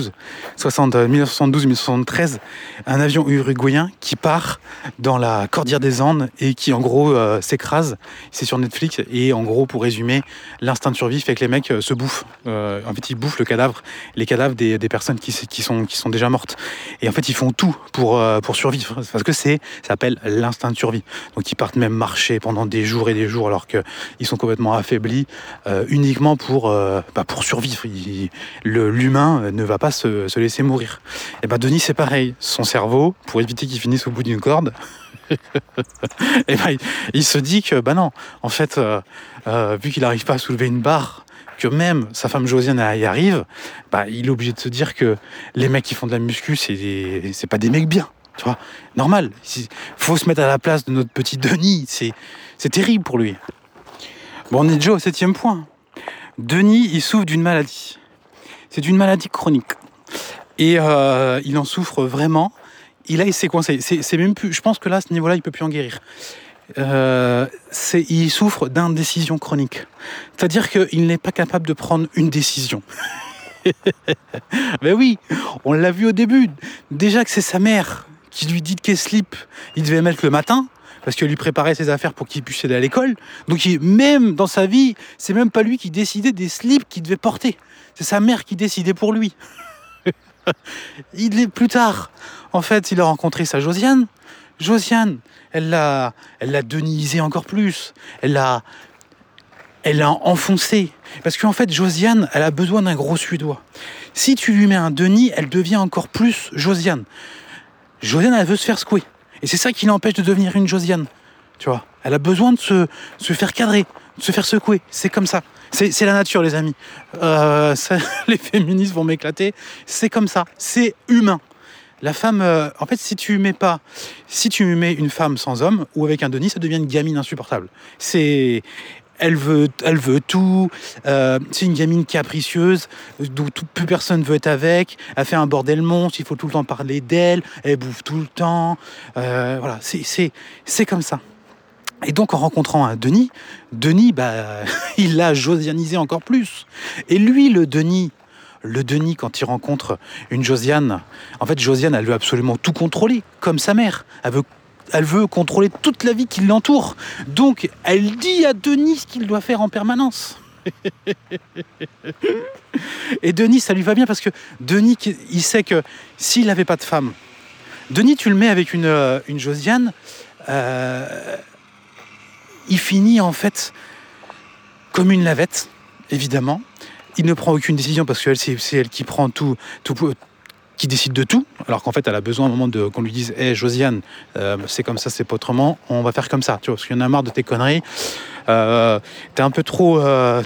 1972-1973, un avion uruguayen qui part dans la cordillère des Andes et qui, en gros, s'écrase. C'est sur Netflix. Et en gros, pour résumer, l'instinct de survie fait que les mecs se bouffent. En fait, ils bouffent les cadavres des personnes qui sont déjà mortes. Et en fait, ils font tout pour survivre. Parce que ça s'appelle l'instinct de survie. Donc, ils partent même marcher pendant des jours et des jours alors qu'ils sont complètement affaiblis, uniquement pour survivre. L'humain ne va pas se laisser mourir. Et ben Denis c'est pareil, son cerveau, pour éviter qu'il finisse au bout d'une corde, et ben, il se dit que non, en fait, vu qu'il n'arrive pas à soulever une barre, que même sa femme Josiane y arrive, il est obligé de se dire que les mecs qui font de la muscu, c'est pas des mecs bien. Tu vois, normal. Faut se mettre à la place de notre petit Denis. C'est terrible pour lui. Bon, on est déjà au 7e point. Denis, il souffre d'une maladie. C'est une maladie chronique. Et il en souffre vraiment. Il s'est coincé. C'est même plus. Je pense que là, à ce niveau-là, il peut plus en guérir. Il souffre d'indécision chronique. C'est-à-dire qu'il n'est pas capable de prendre une décision. Ben oui, on l'a vu au début. Déjà que c'est sa mère qui lui dit de quel slip il devait mettre le matin, parce qu'elle lui préparait ses affaires pour qu'il puisse aller à l'école. Donc même dans sa vie, c'est même pas lui qui décidait des slips qu'il devait porter. C'est sa mère qui décidait pour lui. Plus tard, en fait, il a rencontré sa Josiane. Josiane, elle l'a denisé encore plus. Elle l'a enfoncé. Parce qu'en fait, Josiane, elle a besoin d'un gros Suédois. Si tu lui mets un Denis, elle devient encore plus Josiane. Josiane, elle veut se faire secouer. Et c'est ça qui l'empêche de devenir une Josiane. Tu vois, elle a besoin de se faire cadrer, de se faire secouer. C'est comme ça. C'est la nature, les amis. Les féministes vont m'éclater. C'est comme ça. C'est humain. La femme, en fait, si tu mets une femme sans homme ou avec un Denis, ça devient une gamine insupportable. Elle veut tout. C'est une gamine capricieuse, d'où plus personne veut être avec. Elle fait un bordel monstre. Il faut tout le temps parler d'elle. Elle bouffe tout le temps. Voilà, c'est comme ça. Et donc, en rencontrant un Denis, il l'a josianisé encore plus. Et lui, le Denis, quand il rencontre une Josiane, en fait, Josiane, elle veut absolument tout contrôler, comme sa mère. Elle veut contrôler toute la vie qui l'entoure. Donc, elle dit à Denis ce qu'il doit faire en permanence. Et Denis, ça lui va bien parce que Denis, il sait que s'il n'avait pas de femme, Denis, tu le mets avec une Josiane, il finit en fait comme une lavette, évidemment. Il ne prend aucune décision parce que c'est elle qui prend tout qui décide de tout, alors qu'en fait elle a besoin à un moment qu'on lui dise hey, Josiane, c'est comme ça, c'est pas autrement, on va faire comme ça, tu vois, parce qu'il y en a marre de tes conneries. T'es un peu trop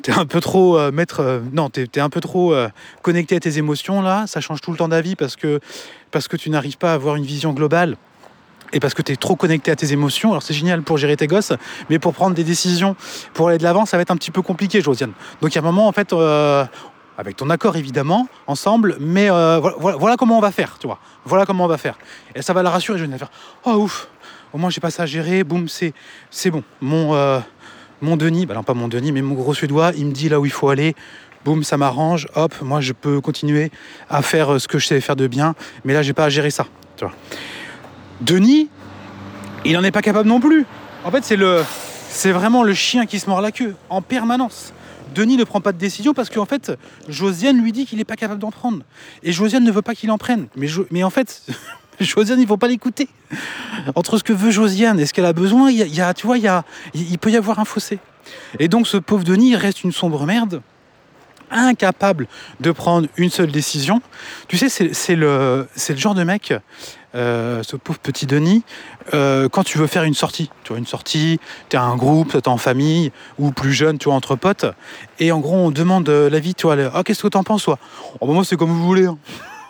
connecté à tes émotions là, ça change tout le temps d'avis parce que tu n'arrives pas à avoir une vision globale et parce que tu es trop connecté à tes émotions. Alors c'est génial pour gérer tes gosses, mais pour prendre des décisions, pour aller de l'avant, ça va être un petit peu compliqué, Josiane. Donc il y a un moment en fait avec ton accord évidemment, ensemble, mais voilà comment on va faire, tu vois. Voilà comment on va faire. Et ça va la rassurer, je vais faire oh ouf, au moins j'ai pas ça à gérer, boum, c'est bon. Mon Denis, non pas mon Denis, mais mon gros Suédois, il me dit là où il faut aller, boum, ça m'arrange, hop, moi je peux continuer à faire ce que je sais faire de bien, mais là j'ai pas à gérer ça, tu vois. Denis, il n'en est pas capable non plus. En fait, c'est vraiment le chien qui se mord la queue, en permanence. Denis ne prend pas de décision parce qu'en fait, Josiane lui dit qu'il n'est pas capable d'en prendre. Et Josiane ne veut pas qu'il en prenne. Mais en fait, Josiane, il ne faut pas l'écouter. Entre ce que veut Josiane et ce qu'elle a besoin, il peut y avoir un fossé. Et donc ce pauvre Denis, il reste une sombre merde, incapable de prendre une seule décision. Tu sais, c'est le genre de mec, ce pauvre petit Denis, quand tu veux faire une sortie, tu vois, t'es un groupe, t'es en famille, ou plus jeune, tu vois, entre potes, et en gros, on demande l'avis, tu vois, qu'est-ce que t'en penses, toi ? Oh, bah, moi, c'est comme vous voulez, hein.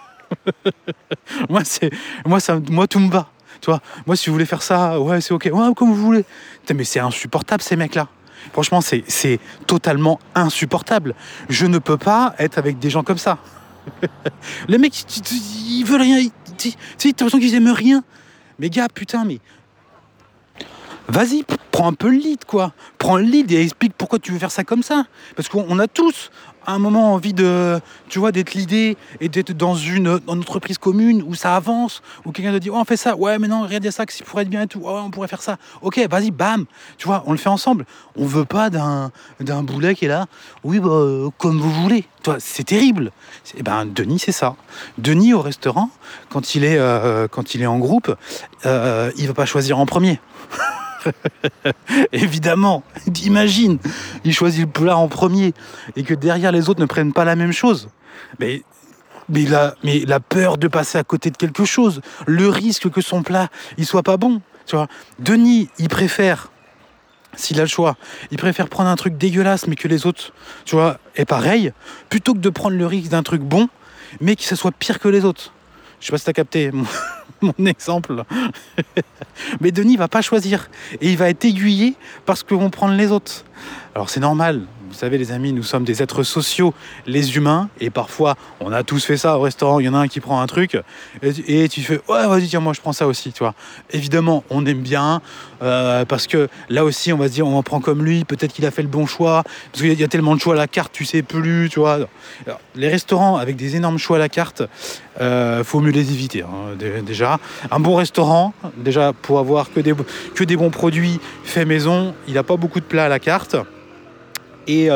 moi tout me va, tu vois. Moi si vous voulez faire ça, ouais c'est ok, ouais comme vous voulez. Putain, mais c'est insupportable ces mecs là. Franchement c'est totalement insupportable. Je ne peux pas être avec des gens comme ça. Les mecs ils veulent rien, t'as l'impression qu'ils aiment rien. Mais gars putain mais vas-y, prends un peu le lead, quoi. Prends le lead et explique pourquoi tu veux faire ça comme ça. Parce qu'on a tous, à un moment, envie de, tu vois, d'être l'idée et d'être dans une entreprise commune où ça avance, où quelqu'un te dit, oh, on fait ça. Ouais, mais non, regarde, il y a ça qui pourrait être bien et tout. Oh, on pourrait faire ça. Ok, vas-y, bam. Tu vois, on le fait ensemble. On veut pas d'un boulet qui est là. Oui, bah, comme vous voulez. Toi, c'est terrible. Eh ben, Denis, c'est ça. Denis, au restaurant, quand il est en groupe, il va pas choisir en premier. Évidemment, imagine, il choisit le plat en premier et que derrière les autres ne prennent pas la même chose. Mais la peur de passer à côté de quelque chose, le risque que son plat il soit pas bon, tu vois. Denis, il préfère, s'il a le choix, il préfère prendre un truc dégueulasse mais que les autres, tu vois, est pareil, plutôt que de prendre le risque d'un truc bon mais que ça soit pire que les autres. Je sais pas si t'as capté mon exemple. Mais Denis va pas choisir. Et il va être aiguillé parce que vont prendre les autres. Alors c'est normal. Vous savez les amis, nous sommes des êtres sociaux, les humains. Et parfois, on a tous fait ça au restaurant. Il y en a un qui prend un truc. Et tu fais, ouais vas-y tiens, moi je prends ça aussi. Tu vois. Évidemment, on aime bien. Parce que là aussi, on va se dire, on en prend comme lui. Peut-être qu'il a fait le bon choix. Parce qu'il y a tellement de choix à la carte, tu sais plus. Tu vois. Alors, les restaurants avec des énormes choix à la carte, faut mieux les éviter, hein, déjà. Un bon restaurant, déjà pour avoir que des bons produits faits maison, il n'a pas beaucoup de plats à la carte. Et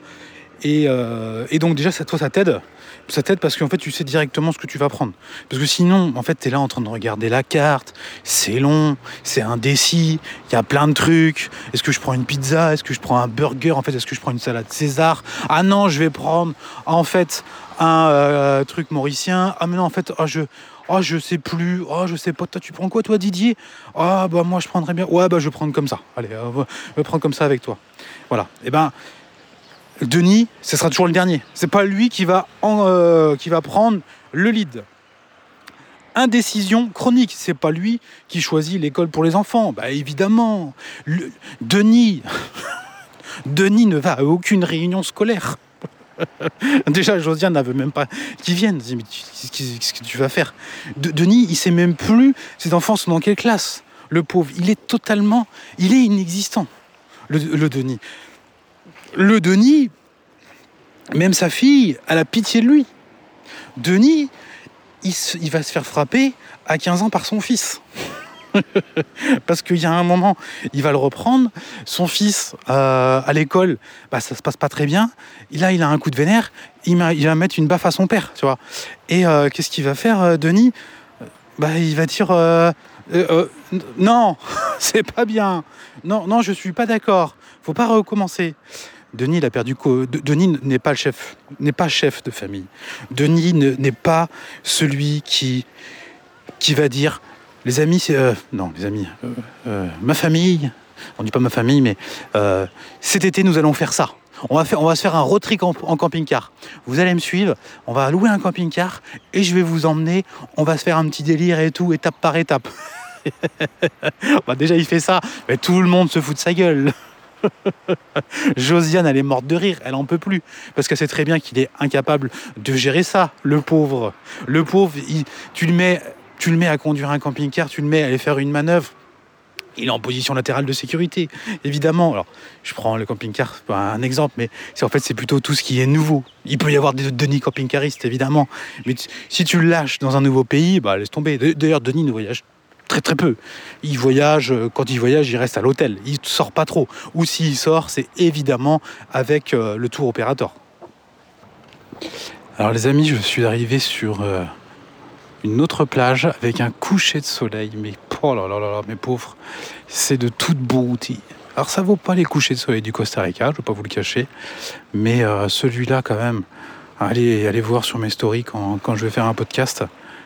donc déjà toi ça t'aide parce qu'en fait tu sais directement ce que tu vas prendre, parce que sinon en fait t'es là en train de regarder la carte, c'est long, c'est indécis, il y a plein de trucs. Est-ce que je prends une pizza, est-ce que je prends un burger, en fait est-ce que je prends une salade César, ah non je vais prendre en fait un truc mauricien, ah mais non en fait je sais plus, je sais pas, toi tu prends quoi toi Didier, bah moi je prendrais bien, ouais bah je vais prendre comme ça, allez je vais prendre comme ça avec toi, voilà. Et ben Denis, ce sera toujours le dernier. C'est pas lui qui va prendre le lead. Indécision chronique, c'est pas lui qui choisit l'école pour les enfants. Bah évidemment, Denis ne va à aucune réunion scolaire. Déjà, Josiane n'avait même pas qu'ils viennent. Mais qu'est-ce que tu vas faire ? Denis, il sait même plus ses enfants sont dans quelle classe. Le pauvre, il est inexistant. Le Denis. Le Denis, même sa fille, elle a pitié de lui. Denis, il va se faire frapper à 15 ans par son fils. Parce qu'il y a un moment, il va le reprendre. Son fils, à l'école, ça se passe pas très bien. Là, il a un coup de vénère. Il va mettre une baffe à son père, tu vois. Et qu'est-ce qu'il va faire, Denis ? Il va dire... non, c'est pas bien. Non, je suis pas d'accord. Faut pas recommencer. Denis, il a perdu Denis n'est pas chef de famille. Denis n'est pas celui qui va dire les amis, ma famille. On dit pas ma famille, mais cet été nous allons faire ça. On va se faire un road trip en camping-car. Vous allez me suivre, on va louer un camping-car et je vais vous emmener. On va se faire un petit délire et tout, étape par étape. Déjà, il fait ça, mais tout le monde se fout de sa gueule. Josiane, elle est morte de rire, elle en peut plus. Parce qu'elle sait très bien qu'il est incapable de gérer ça, le pauvre. Le pauvre, tu le mets à conduire un camping-car, tu le mets à aller faire une manœuvre. Il est en position latérale de sécurité, évidemment. Alors, je prends le camping-car, c'est pas un exemple, mais c'est plutôt tout ce qui est nouveau. Il peut y avoir des Denis camping-caristes, évidemment. Mais si tu le lâches dans un nouveau pays, laisse tomber. D'ailleurs, Denis ne voyage très très peu. Il voyage, quand il voyage, il reste à l'hôtel. Il ne sort pas trop. Ou s'il sort, c'est évidemment avec le tour opérateur. Alors les amis, je suis arrivé sur une autre plage avec un coucher de soleil, mais oh là là là, mes pauvres, c'est de toute beauté. Alors ça vaut pas les couchers de soleil du Costa Rica, je vais pas vous le cacher, mais celui-là quand même, allez voir sur mes stories quand je vais faire un podcast,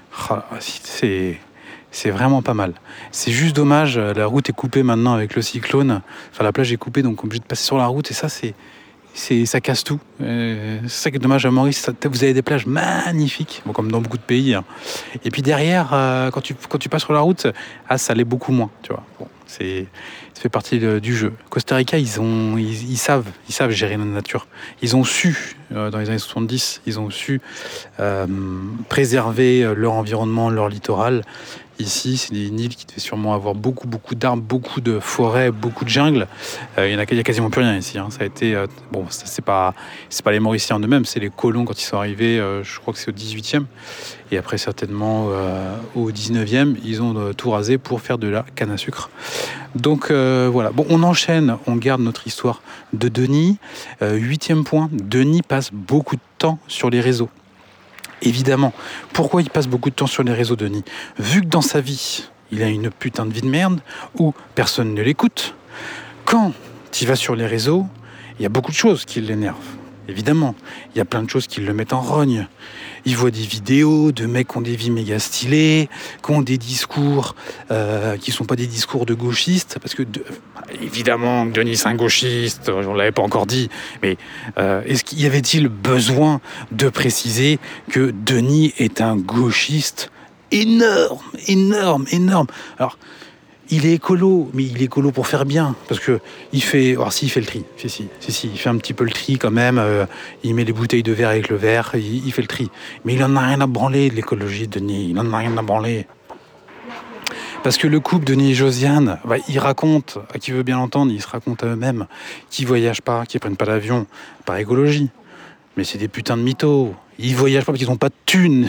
c'est vraiment pas mal. C'est juste dommage, la route est coupée maintenant avec le cyclone, enfin la plage est coupée donc on est obligé de passer sur la route et ça ça casse tout. C'est ça qui est dommage à Maurice. Vous avez des plages magnifiques, comme dans beaucoup de pays. Hein. Et puis derrière, quand tu passes sur la route, ça l'est beaucoup moins. Tu vois. Bon, ça fait partie du jeu. Costa Rica, ils savent gérer la nature. Ils ont su, dans les années 70, ils ont su préserver leur environnement, leur littoral. Ici, c'est une île qui devait sûrement avoir beaucoup d'arbres, beaucoup de forêts, beaucoup de jungle. Il y a quasiment plus rien ici. Hein. Ça a été c'est pas les Mauriciens eux-mêmes, c'est les colons quand ils sont arrivés. Je crois que c'est au 18e et après certainement au 19e, ils ont tout rasé pour faire de la canne à sucre. Donc voilà. Bon, on enchaîne, on garde notre histoire de Denis. 8e point, Denis passe beaucoup de temps sur les réseaux. Évidemment. Pourquoi il passe beaucoup de temps sur les réseaux, Denis ? Vu que dans sa vie, il a une putain de vie de merde, où personne ne l'écoute, quand il va sur les réseaux, il y a beaucoup de choses qui l'énervent. Évidemment, il y a plein de choses qui le mettent en rogne. Il voit des vidéos de mecs qui ont des vies méga stylées, qui ont des discours qui sont pas des discours de gauchistes, parce que évidemment, Denis c'est un gauchiste, on l'avait pas encore dit, mais y avait-il besoin de préciser que Denis est un gauchiste énorme. Alors, il est écolo, mais il est écolo pour faire bien, parce que il fait le tri. Il fait un petit peu le tri quand même. Il met les bouteilles de verre avec le verre, il fait le tri. Mais il en a rien à branler de l'écologie, Denis. Il en a rien à branler. Parce que le couple Denis et Josiane, ils racontent, à qui veut bien l'entendre, ils se racontent à eux-mêmes qu'ils voyagent pas, qu'ils prennent pas l'avion, par écologie. Mais c'est des putains de mythos. Ils voyagent pas parce qu'ils n'ont pas de thunes.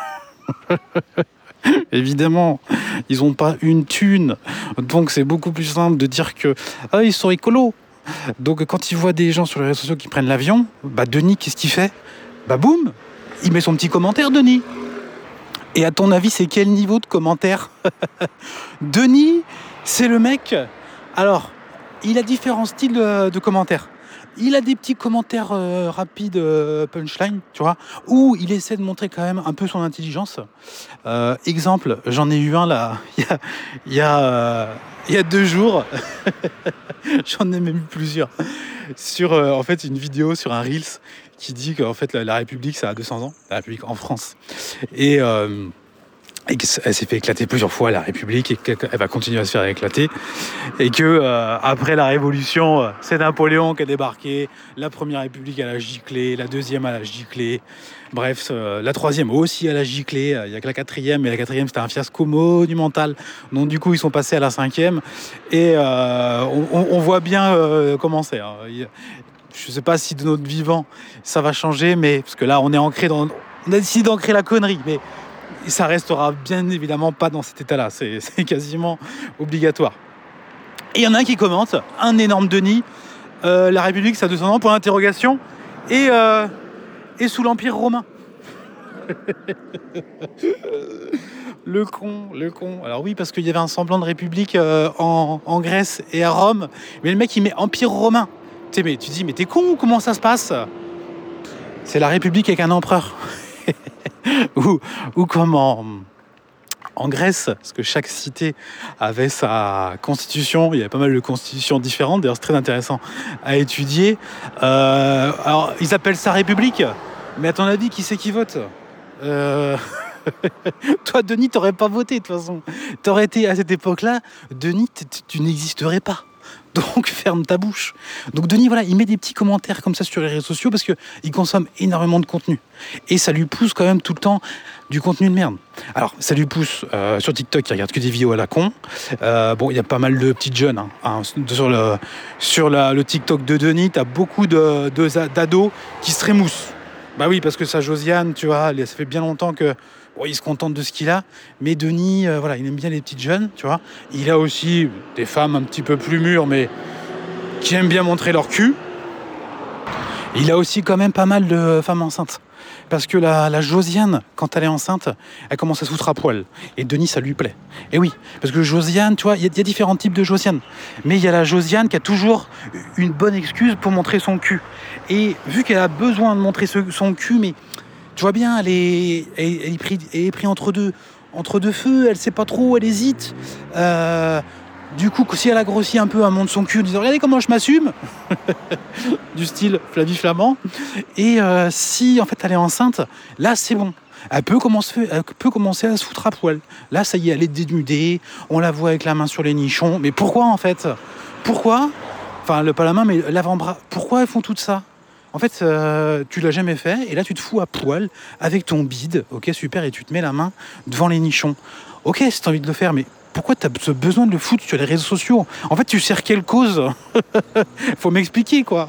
Évidemment, ils n'ont pas une thune. Donc c'est beaucoup plus simple de dire que ils sont écolos. Donc quand ils voient des gens sur les réseaux sociaux qui prennent l'avion, Denis, qu'est-ce qu'il fait ? Boum, il met son petit commentaire, Denis. Et à ton avis, c'est quel niveau de commentaire ? Denis, c'est le mec... Alors, il a différents styles de commentaires. Il a des petits commentaires rapides, punchline, tu vois, où il essaie de montrer quand même un peu son intelligence. Exemple, j'en ai eu un là, il y a 2 jours, j'en ai même eu plusieurs, sur en fait une vidéo sur un Reels qui dit qu'en fait la République ça a 200 ans, la République en France, et qu'elle s'est fait éclater plusieurs fois, la République, et qu'elle va continuer à se faire éclater, et que après la Révolution, c'est Napoléon qui a débarqué, la première République elle a giclé, la deuxième elle a giclé, bref, la troisième aussi elle a giclé, il n'y a que la quatrième, mais la quatrième c'était un fiasco monumental, donc du coup ils sont passés à la cinquième, et on voit bien comment c'est. Hein. Je ne sais pas si de notre vivant ça va changer, mais parce que là on a décidé d'ancrer la connerie, mais ça restera bien évidemment pas dans cet état-là. C'est quasiment obligatoire. Et il y en a un qui commente, un énorme Denis, la République, ça a 200 ans, point d'interrogation, et sous l'Empire romain. Le con. Alors oui, parce qu'il y avait un semblant de République en Grèce et à Rome, mais le mec, il met Empire romain. Mais tu dis, mais t'es con ou comment ça se passe? C'est la République avec un empereur. ou comme en Grèce, parce que chaque cité avait sa constitution, il y avait pas mal de constitutions différentes, d'ailleurs c'est très intéressant à étudier. Alors ils appellent ça République, mais à ton avis, qui c'est qui vote? Toi, Denis, t'aurais pas voté de toute façon. T'aurais été à cette époque-là, Denis, tu n'existerais pas. Donc ferme ta bouche. Donc Denis, voilà, il met des petits commentaires comme ça sur les réseaux sociaux parce qu'il consomme énormément de contenu. Et ça lui pousse quand même tout le temps du contenu de merde. Alors, ça lui pousse sur TikTok, il regarde que des vidéos à la con. Bon, il y a pas mal de petites jeunes. Sur le TikTok de Denis, t'as beaucoup d'ados qui se rémoussent. Bah oui, parce que ça, Josiane, tu vois, ça fait bien longtemps que il se contente de ce qu'il a. Mais Denis, voilà, il aime bien les petites jeunes, tu vois. Il a aussi des femmes un petit peu plus mûres, mais qui aiment bien montrer leur cul. Il a aussi quand même pas mal de femmes enceintes. Parce que la Josiane, quand elle est enceinte, elle commence à se foutre à poil. Et Denis, ça lui plaît. Et oui, parce que Josiane, tu vois, il y a différents types de Josiane. Mais il y a la Josiane qui a toujours une bonne excuse pour montrer son cul. Et vu qu'elle a besoin de montrer son cul, mais tu vois bien, elle est prise entre deux feux, elle sait pas trop, elle hésite. Du coup, si elle a grossi un peu, elle monte son cul en disant « Regardez comment je m'assume !» Du style Flavie Flamand. Et si, en fait, elle est enceinte, là, c'est bon. Elle peut commencer à se foutre à poil. Là, ça y est, elle est dénudée, on la voit avec la main sur les nichons. Mais pourquoi, en fait? Pourquoi? Enfin, pas la main, mais l'avant-bras. Pourquoi elles font tout ça? En fait, tu l'as jamais fait, et là, tu te fous à poil avec ton bide. Ok, super, et tu te mets la main devant les nichons. Ok, si t'as envie de le faire, mais pourquoi tu as besoin de le foutre sur les réseaux sociaux? En fait, tu sers quelle cause? Faut m'expliquer, quoi.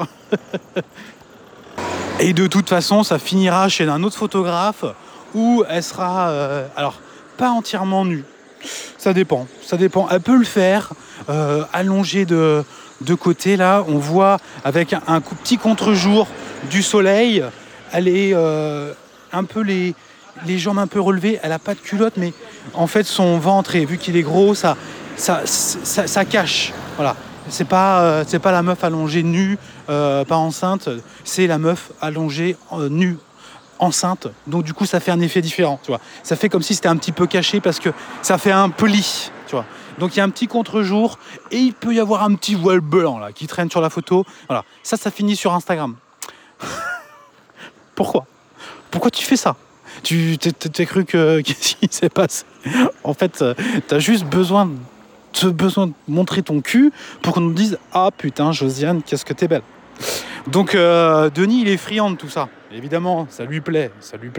Et de toute façon, ça finira chez un autre photographe où elle sera, alors, pas entièrement nue. Ça dépend. Elle peut le faire, allongée de côté, là. On voit avec un petit contre-jour du soleil, elle est un peu les jambes un peu relevées, elle a pas de culotte, mais en fait son ventre, et vu qu'il est gros, ça cache. Voilà, c'est pas la meuf allongée nue, pas enceinte, c'est la meuf allongée nue, enceinte. Donc du coup, ça fait un effet différent, tu vois. Ça fait comme si c'était un petit peu caché parce que ça fait un pli, tu vois. Donc il y a un petit contre-jour et il peut y avoir un petit voile blanc là qui traîne sur la photo. Voilà, ça finit sur Instagram. Pourquoi tu fais ça? Tu t'es cru qu'est-ce qui s'est passé? En fait, t'as juste besoin de montrer ton cul pour qu'on nous dise « Ah putain, Josiane, qu'est-ce que t'es belle !» Donc Denis, il est friand de tout ça. Évidemment, ça lui plaît.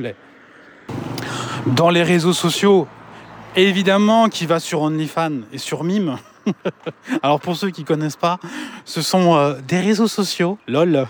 Dans les réseaux sociaux, évidemment qu'il va sur OnlyFans et sur Mime. Alors pour ceux qui connaissent pas, ce sont des réseaux sociaux, lol,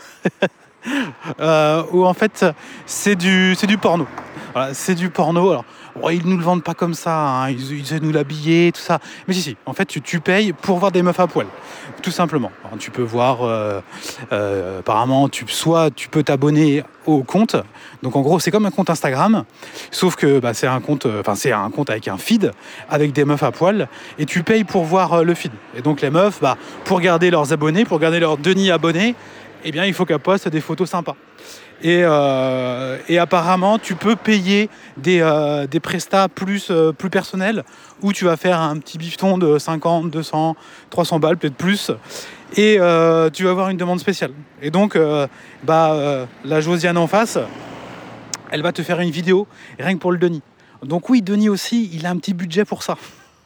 où en fait c'est du porno. Voilà, c'est du porno. Alors, ils nous le vendent pas comme ça, hein. Ils essaient de nous l'habiller, tout ça. Mais si. En fait, tu payes pour voir des meufs à poil, tout simplement. Alors, tu peux voir, apparemment, tu peux t'abonner au compte. Donc en gros, c'est comme un compte Instagram, sauf que c'est un compte avec un feed, avec des meufs à poil, et tu payes pour voir le feed. Et donc les meufs, pour garder leurs abonnés, pour garder leurs Denis abonnés, eh bien, il faut qu'elles postent des photos sympas. Et apparemment, tu peux payer des prestats plus personnels où tu vas faire un petit bifton de 50, 200, 300 balles, peut-être plus. Et tu vas avoir une demande spéciale. Et donc, la Josiane en face, elle va te faire une vidéo rien que pour le Denis. Donc oui, Denis aussi, il a un petit budget pour ça.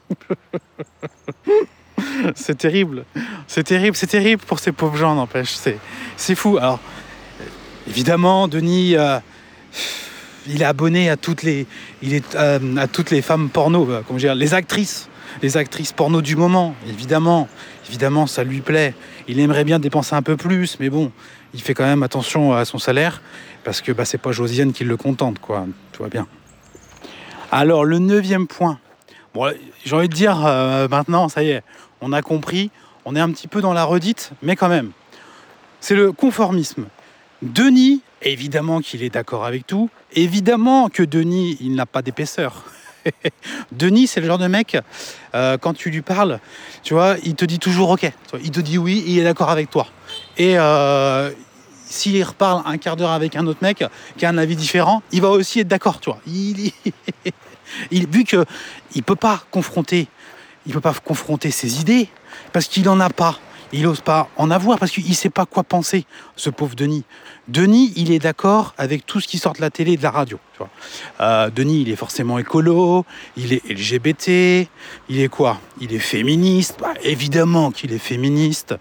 C'est terrible pour ces pauvres gens, n'empêche. C'est fou. Alors, évidemment, Denis, il est abonné à toutes les femmes porno, les actrices porno du moment. Évidemment, ça lui plaît. Il aimerait bien dépenser un peu plus, mais bon, il fait quand même attention à son salaire parce que c'est pas Josiane qui le contente, quoi. Tu vois bien. Alors, le 9e point. Bon, j'ai envie de dire, maintenant, ça y est, on a compris. On est un petit peu dans la redite, mais quand même. C'est le conformisme. Denis, évidemment qu'il est d'accord avec tout. Évidemment que Denis, il n'a pas d'épaisseur. Denis, c'est le genre de mec, quand tu lui parles, tu vois, il te dit toujours ok. Il te dit oui, il est d'accord avec toi. Et s'il reparle un quart d'heure avec un autre mec qui a un avis différent, il va aussi être d'accord, tu vois. Vu qu'il peut pas confronter ses idées parce qu'il en a pas. Il n'ose pas en avoir parce qu'il ne sait pas quoi penser, ce pauvre Denis. Denis, il est d'accord avec tout ce qui sort de la télé et de la radio. Tu vois. Denis, il est forcément écolo, il est LGBT, il est quoi ? Il est féministe. Bah, évidemment qu'il est féministe.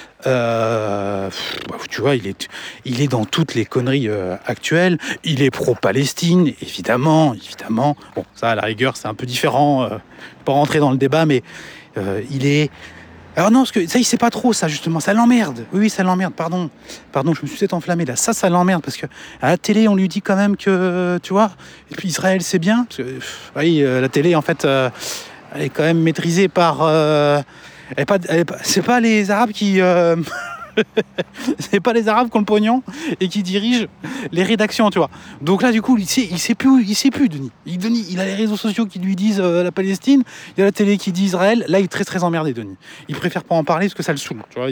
Tu vois, il est dans toutes les conneries actuelles. Il est pro-Palestine, évidemment. Bon, ça, à la rigueur, c'est un peu différent. Pas rentrer dans le débat, mais il est... Alors non, parce que ça, il sait pas trop, ça, justement. Ça l'emmerde. Oui, ça l'emmerde, pardon. Pardon, je me suis peut-être enflammé, là. Ça l'emmerde, parce que à la télé, on lui dit quand même que, tu vois, et puis Israël, c'est bien. Parce que, oui, la télé, en fait, elle est quand même maîtrisée par... c'est pas les Arabes qui... c'est pas les Arabes qui ont le pognon et qui dirigent les rédactions, tu vois. Donc là, du coup, il sait plus, Denis. Denis, il a les réseaux sociaux qui lui disent la Palestine, il y a la télé qui dit Israël. Là, il est très très emmerdé, Denis. Il préfère pas en parler parce que ça le saoule, tu vois.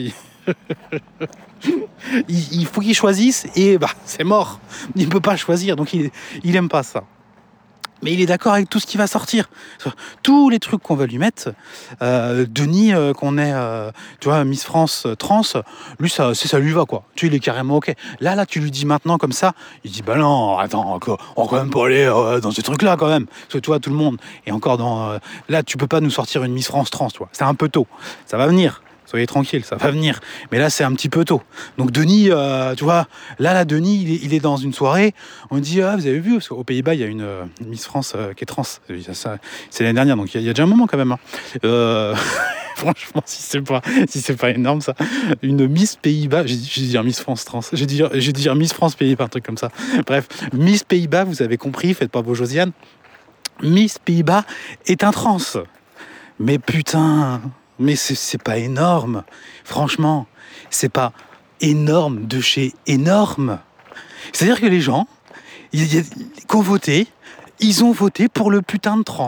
Il faut qu'il choisisse et bah c'est mort. Il peut pas choisir, donc il aime pas ça. Mais il est d'accord avec tout ce qui va sortir. Tous les trucs qu'on va lui mettre. Denis, qu'on est, tu vois, Miss France trans, lui, ça lui va, quoi. Tu sais, il est carrément OK. Là, tu lui dis maintenant comme ça, il dit, bah non, attends, on va quand même pas aller dans ces trucs-là, quand même. Parce que, tu vois, tout le monde est encore dans... là, tu peux pas nous sortir une Miss France trans, tu vois. C'est un peu tôt. Ça va venir. Soyez tranquille, ça va venir. Mais là, c'est un petit peu tôt. Donc Denis, tu vois, là, Denis, il est dans une soirée. On dit, vous avez vu, parce qu'aux Pays-Bas, il y a une Miss France qui est trans. C'est l'année dernière, donc il y a déjà un moment quand même. Hein. Franchement, si c'est pas énorme, ça. Une Miss Pays-Bas, j'ai dit dire Miss France trans. J'ai dit dire Miss France Pays-Bas, un truc comme ça. Bref, Miss Pays-Bas, vous avez compris, faites pas vos Josiane. Miss Pays-Bas est un trans. Mais putain... Mais c'est pas énorme. Franchement, c'est pas énorme de chez énorme. C'est-à-dire que les gens qui ont voté, ils ont voté pour le putain de trans.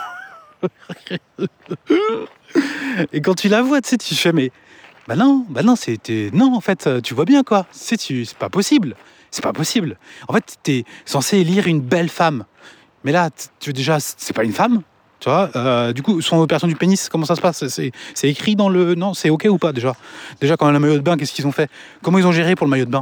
Et quand tu la vois, tu sais, tu fais, mais... Bah non, c'était... Non, en fait, tu vois bien, quoi. C'est pas possible. C'est pas possible. En fait, t'es censé élire une belle femme. Mais là, déjà, c'est pas une femme. Tu vois, du coup, son opération du pénis, comment ça se passe ? C'est écrit dans le... Non, c'est OK ou pas, déjà ? Déjà, quand elle a le maillot de bain, qu'est-ce qu'ils ont fait ? Comment ils ont géré pour le maillot de bain ?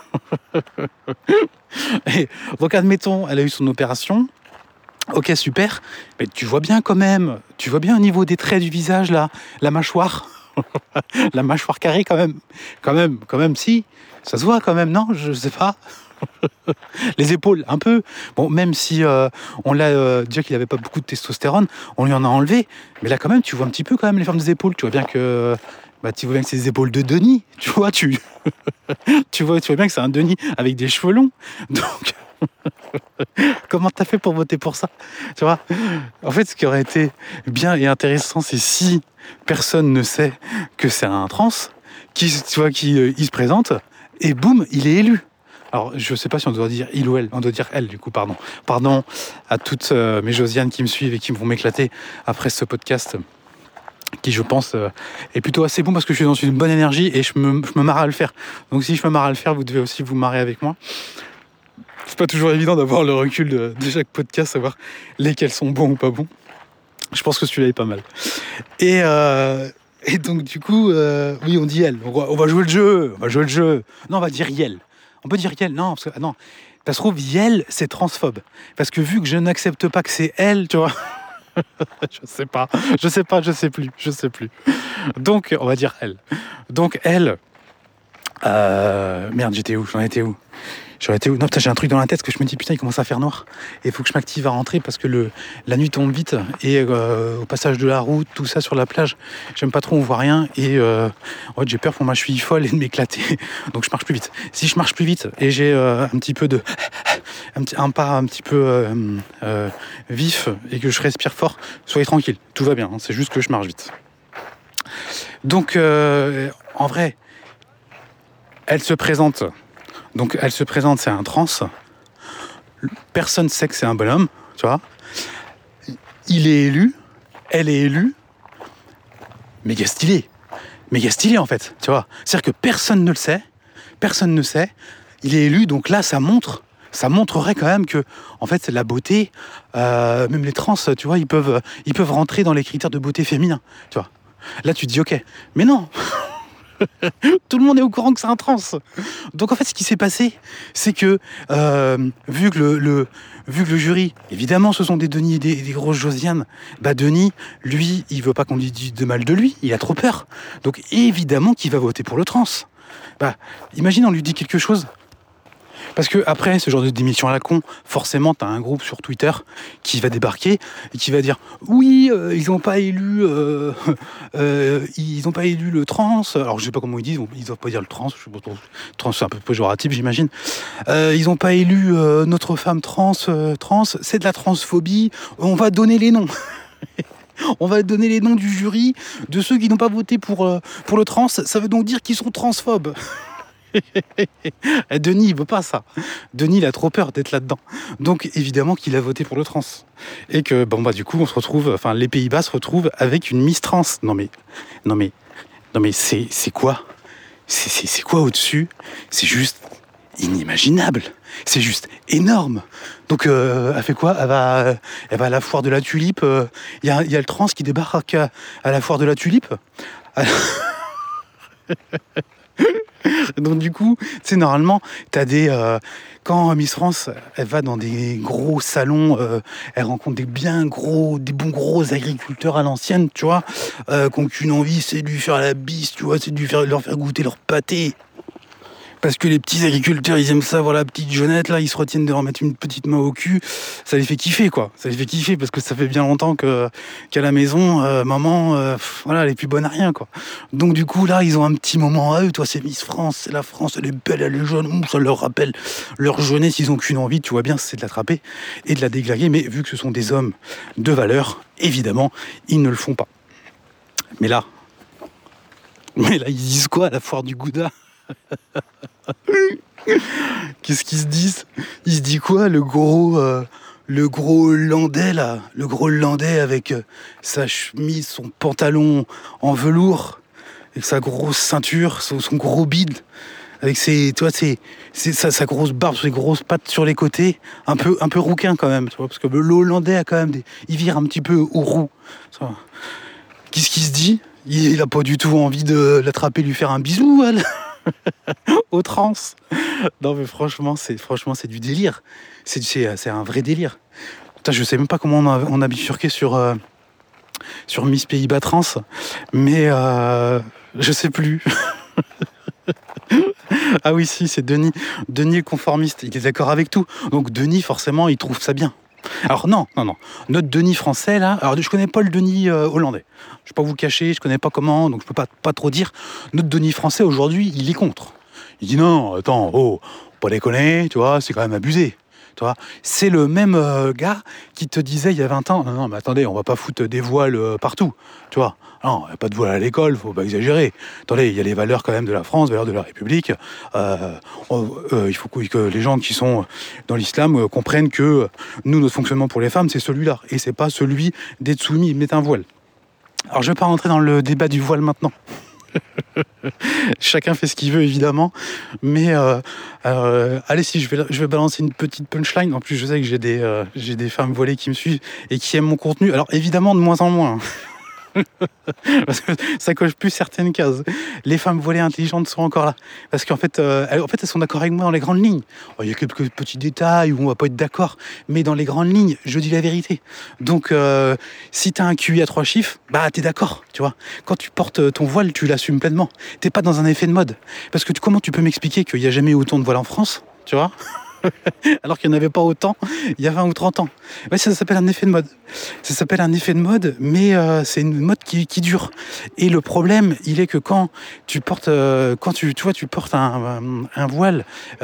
Et donc, admettons, elle a eu son opération. OK, super. Mais tu vois bien quand même, tu vois bien au niveau des traits du visage, là, la mâchoire. La mâchoire carrée, quand même, si. Ça se voit quand même, non ? Je sais pas. Les épaules, un peu. Bon, même si on l'a dit qu'il n'avait pas beaucoup de testostérone, on lui en a enlevé. Mais là, quand même, tu vois un petit peu quand même les formes des épaules. Tu vois bien que c'est les épaules de Denis. Tu vois, tu vois bien que c'est un Denis avec des cheveux longs. Donc, comment t'as fait pour voter pour ça ? Tu vois ? En fait, ce qui aurait été bien et intéressant, c'est si personne ne sait que c'est un trans, il se présente et boum, il est élu. Alors, je sais pas si on doit dire il ou elle. On doit dire elle, du coup, pardon. Pardon à toutes mes Josianes qui me suivent et qui vont m'éclater après ce podcast, qui, je pense, est plutôt assez bon parce que je suis dans une bonne énergie et je me marre à le faire. Donc, si je me marre à le faire, vous devez aussi vous marrer avec moi. C'est pas toujours évident d'avoir le recul de chaque podcast, savoir lesquels sont bons ou pas bons. Je pense que celui-là est pas mal. Et donc, du coup, oui, on dit elle. On va jouer le jeu. Non, on va dire Yel. On peut dire Yel, non, parce que, non, ça se trouve, Yel, c'est transphobe. Parce que vu que je n'accepte pas que c'est elle, tu vois, je sais plus. Donc, on va dire elle. Donc, elle, merde, j'en étais où ? Non, putain, j'ai un truc dans la tête que je me dis, putain, il commence à faire noir. Et il faut que je m'active à rentrer parce que la nuit tombe vite. Et au passage de la route, tout ça sur la plage, j'aime pas trop, on voit rien. Et en fait, j'ai peur pour ma cheville folle et de m'éclater. Donc je marche plus vite. Si je marche plus vite et j'ai un petit peu de... un pas un petit peu vif et que je respire fort, soyez tranquille, tout va bien. Hein, c'est juste que je marche vite. Donc, en vrai, elle se présente... c'est un trans. Personne ne sait que c'est un bonhomme, tu vois. Il est élu, elle est élue. Méga stylé. méga stylé en fait, tu vois. C'est-à-dire que personne ne le sait, personne ne sait. Il est élu, donc là, ça montrerait quand même que, en fait, c'est de la beauté. Même les trans, tu vois, ils peuvent rentrer dans les critères de beauté féminin, tu vois. Là, tu te dis, ok, mais non. Tout le monde est au courant que c'est un trans. Donc en fait, ce qui s'est passé, c'est que vu que le jury, évidemment, ce sont des Denis et des grosses Josiane, bah Denis, lui, il veut pas qu'on lui dise de mal de lui, il a trop peur. Donc évidemment qu'il va voter pour le trans. Bah, imagine, on lui dit quelque chose. Parce que après ce genre de démission à la con, forcément, t'as un groupe sur Twitter qui va débarquer et qui va dire oui, ils n'ont pas élu, ils ont pas élu le trans. Alors je sais pas comment ils disent, ils doivent pas dire le trans. Je sais pas trop. Trans, c'est un peu péjoratif, j'imagine. Ils n'ont pas élu notre femme trans. C'est de la transphobie. On va donner les noms. On va donner les noms du jury de ceux qui n'ont pas voté pour le trans. Ça veut donc dire qu'ils sont transphobes. Denis, il veut pas ça. Denis, il a trop peur d'être là-dedans. Donc, évidemment qu'il a voté pour le trans. Et que, bon, bah, du coup, on se retrouve, enfin, les Pays-Bas se retrouvent avec une Miss Trans. Non, mais, c'est quoi? C'est quoi au-dessus? C'est juste inimaginable. C'est juste énorme. Donc, elle fait quoi? Elle va à la foire de la Tulipe. Il y a le trans qui débarque à la foire de la Tulipe. Donc du coup, tu sais, normalement, t'as quand Miss France, elle va dans des gros salons, elle rencontre des bons gros agriculteurs à l'ancienne, tu vois, qui n'ont qu'une envie, c'est de lui faire la bise, tu vois, c'est de leur faire goûter leur pâté. Parce que les petits agriculteurs, ils aiment ça, voir la petite jeunette, là, ils se retiennent de leur mettre une petite main au cul. Ça les fait kiffer, quoi. Ça les fait kiffer parce que ça fait bien longtemps qu'à la maison, maman, voilà, elle est plus bonne à rien, quoi. Donc, du coup, là, ils ont un petit moment à eux. Toi, c'est Miss France, c'est la France, elle est belle, elle est jeune. Ça leur rappelle leur jeunesse, ils ont qu'une envie, tu vois bien, c'est de l'attraper et de la déglinguer. Mais vu que ce sont des hommes de valeur, évidemment, ils ne le font pas. Mais là, ils disent quoi à la foire du Gouda? Qu'est-ce qu'ils se disent? Il se dit quoi, le gros Hollandais là, le gros Hollandais avec sa chemise, son pantalon en velours, avec sa grosse ceinture, son gros bide, avec sa grosse barbe, ses grosses pattes sur les côtés, un peu rouquin quand même, tu vois, parce que le Hollandais a quand même il vire un petit peu au roux. Qu'est-ce qu'il se dit? Il a pas du tout envie de l'attraper, lui faire un bisou, elle. Aux trans. Non mais franchement c'est du délire. C'est un vrai délire. Putain, je sais même pas comment on a bifurqué sur Miss Pays-Bas trans, mais je sais plus. Ah oui, si, c'est Denis. Denis est conformiste, il est d'accord avec tout. Donc Denis, forcément, il trouve ça bien. Alors non. Notre Denis français, là... Alors, je connais pas le Denis hollandais. Je vais pas vous le cacher, je connais pas comment, donc je peux pas trop dire. Notre Denis français, aujourd'hui, il est contre. Il dit non, attends, pas déconner, tu vois, c'est quand même abusé. Tu vois, c'est le même gars qui te disait il y a 20 ans, non, mais attendez, on va pas foutre des voiles partout, tu vois. Non, il n'y a pas de voile à l'école, faut pas exagérer. Attendez, il y a les valeurs quand même de la France, valeurs de la République. Il faut que les gens qui sont dans l'islam comprennent que nous, notre fonctionnement pour les femmes, c'est celui-là. Et c'est pas celui d'être soumis, mettre un voile. Alors, je vais pas rentrer dans le débat du voile maintenant. Chacun fait ce qu'il veut évidemment, mais allez, si je vais balancer une petite punchline. En plus je sais que j'ai des femmes voilées qui me suivent et qui aiment mon contenu, alors évidemment de moins en moins. Parce que ça coche plus certaines cases. Les femmes voilées intelligentes sont encore là. Parce qu'en fait, elles sont d'accord avec moi dans les grandes lignes. Il y a quelques petits détails où on va pas être d'accord, mais dans les grandes lignes, je dis la vérité. Donc, si t'as un QI à 3 chiffres, bah t'es d'accord, tu vois. Quand tu portes ton voile, tu l'assumes pleinement. T'es pas dans un effet de mode. Parce que comment tu peux m'expliquer qu'il n'y a jamais eu autant de voiles en France, tu vois? Alors qu'il n'y en avait pas autant il y a 20 ou 30 ans. Ouais, ça s'appelle un effet de mode. Ça s'appelle un effet de mode, mais c'est une mode qui dure. Et le problème, il est que quand tu portes, tu portes un voile